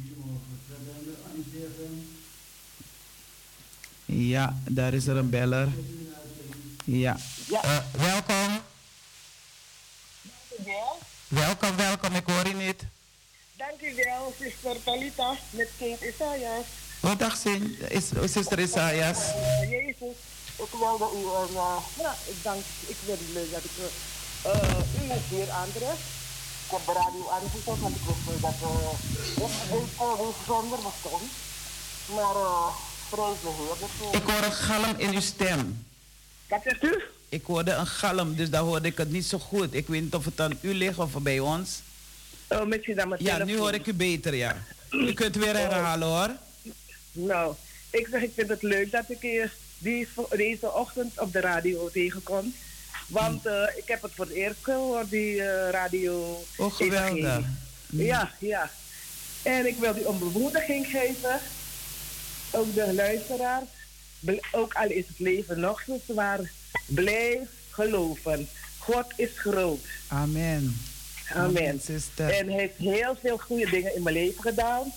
Speaker 1: Ja, daar is er een beller. Ja. Welkom. Welkom, ik hoor je niet.
Speaker 12: Dank u wel, zuster Talita met Kate Isaias.
Speaker 1: Oh, dag zuster Isaias.
Speaker 12: Jezus, ik wilde u ik wilde leuk dat ik u weer aantref. Ik heb de radio aangezet, want ik wist dat deze zonder was komen. Maar prijs de Heer.
Speaker 1: Ik hoor een galm in uw stem.
Speaker 12: Wat zegt u?
Speaker 1: Ik hoorde een galm, dus daar hoorde ik het niet zo goed. Ik weet niet of het aan u ligt of bij ons.
Speaker 12: Oh, misschien dan mijn telefoon.
Speaker 1: Ja, nu hoor ik u beter, ja. U kunt weer herhalen, hoor.
Speaker 12: Nou, ik vind het leuk dat ik deze ochtend op de radio tegenkom. Want ik heb het voor het eerst gehoord, die radio.
Speaker 1: Oh, geweldig.
Speaker 12: Ja. En ik wil die een bemoediging geven. Ook de luisteraars. Ook al is het leven nog zo zwaar. Blijf geloven. God is groot.
Speaker 1: Amen.
Speaker 12: Amen. En hij heeft heel veel goede dingen in mijn leven gedaan.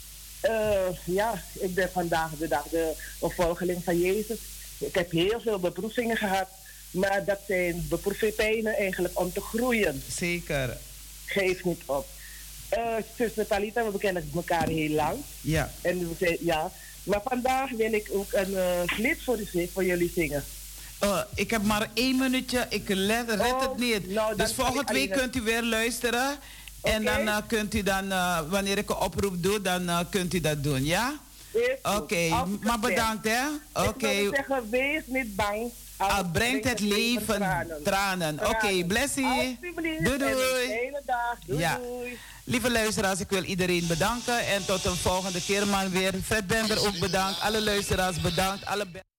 Speaker 12: Ik ben vandaag de dag de volgeling van Jezus. Ik heb heel veel beproevingen gehad. Maar dat zijn beproevingen eigenlijk om te groeien.
Speaker 1: Zeker.
Speaker 12: Geef niet op. Zuster Talita, we kennen elkaar heel lang.
Speaker 1: Ja.
Speaker 12: En maar vandaag wil ik ook een lied voor jullie zingen.
Speaker 1: Ik heb maar 1 minuutje. Ik red het niet.
Speaker 12: Nou,
Speaker 1: dus volgende week kunt u weer luisteren. En dan kunt u dan, wanneer ik een oproep doe, dan kunt u dat doen, ja? Oké, maar bedankt, hè? Oké.
Speaker 12: Ik wil zeggen, wees niet bang.
Speaker 1: Al brengt het leven tranen. Oké, bless you. Doei, doei.
Speaker 12: Hele dag. Doei.
Speaker 1: Lieve luisteraars, ik wil iedereen bedanken. En tot een volgende keer, man, weer. Fred Bender ook bedankt. Alle luisteraars bedankt. Alle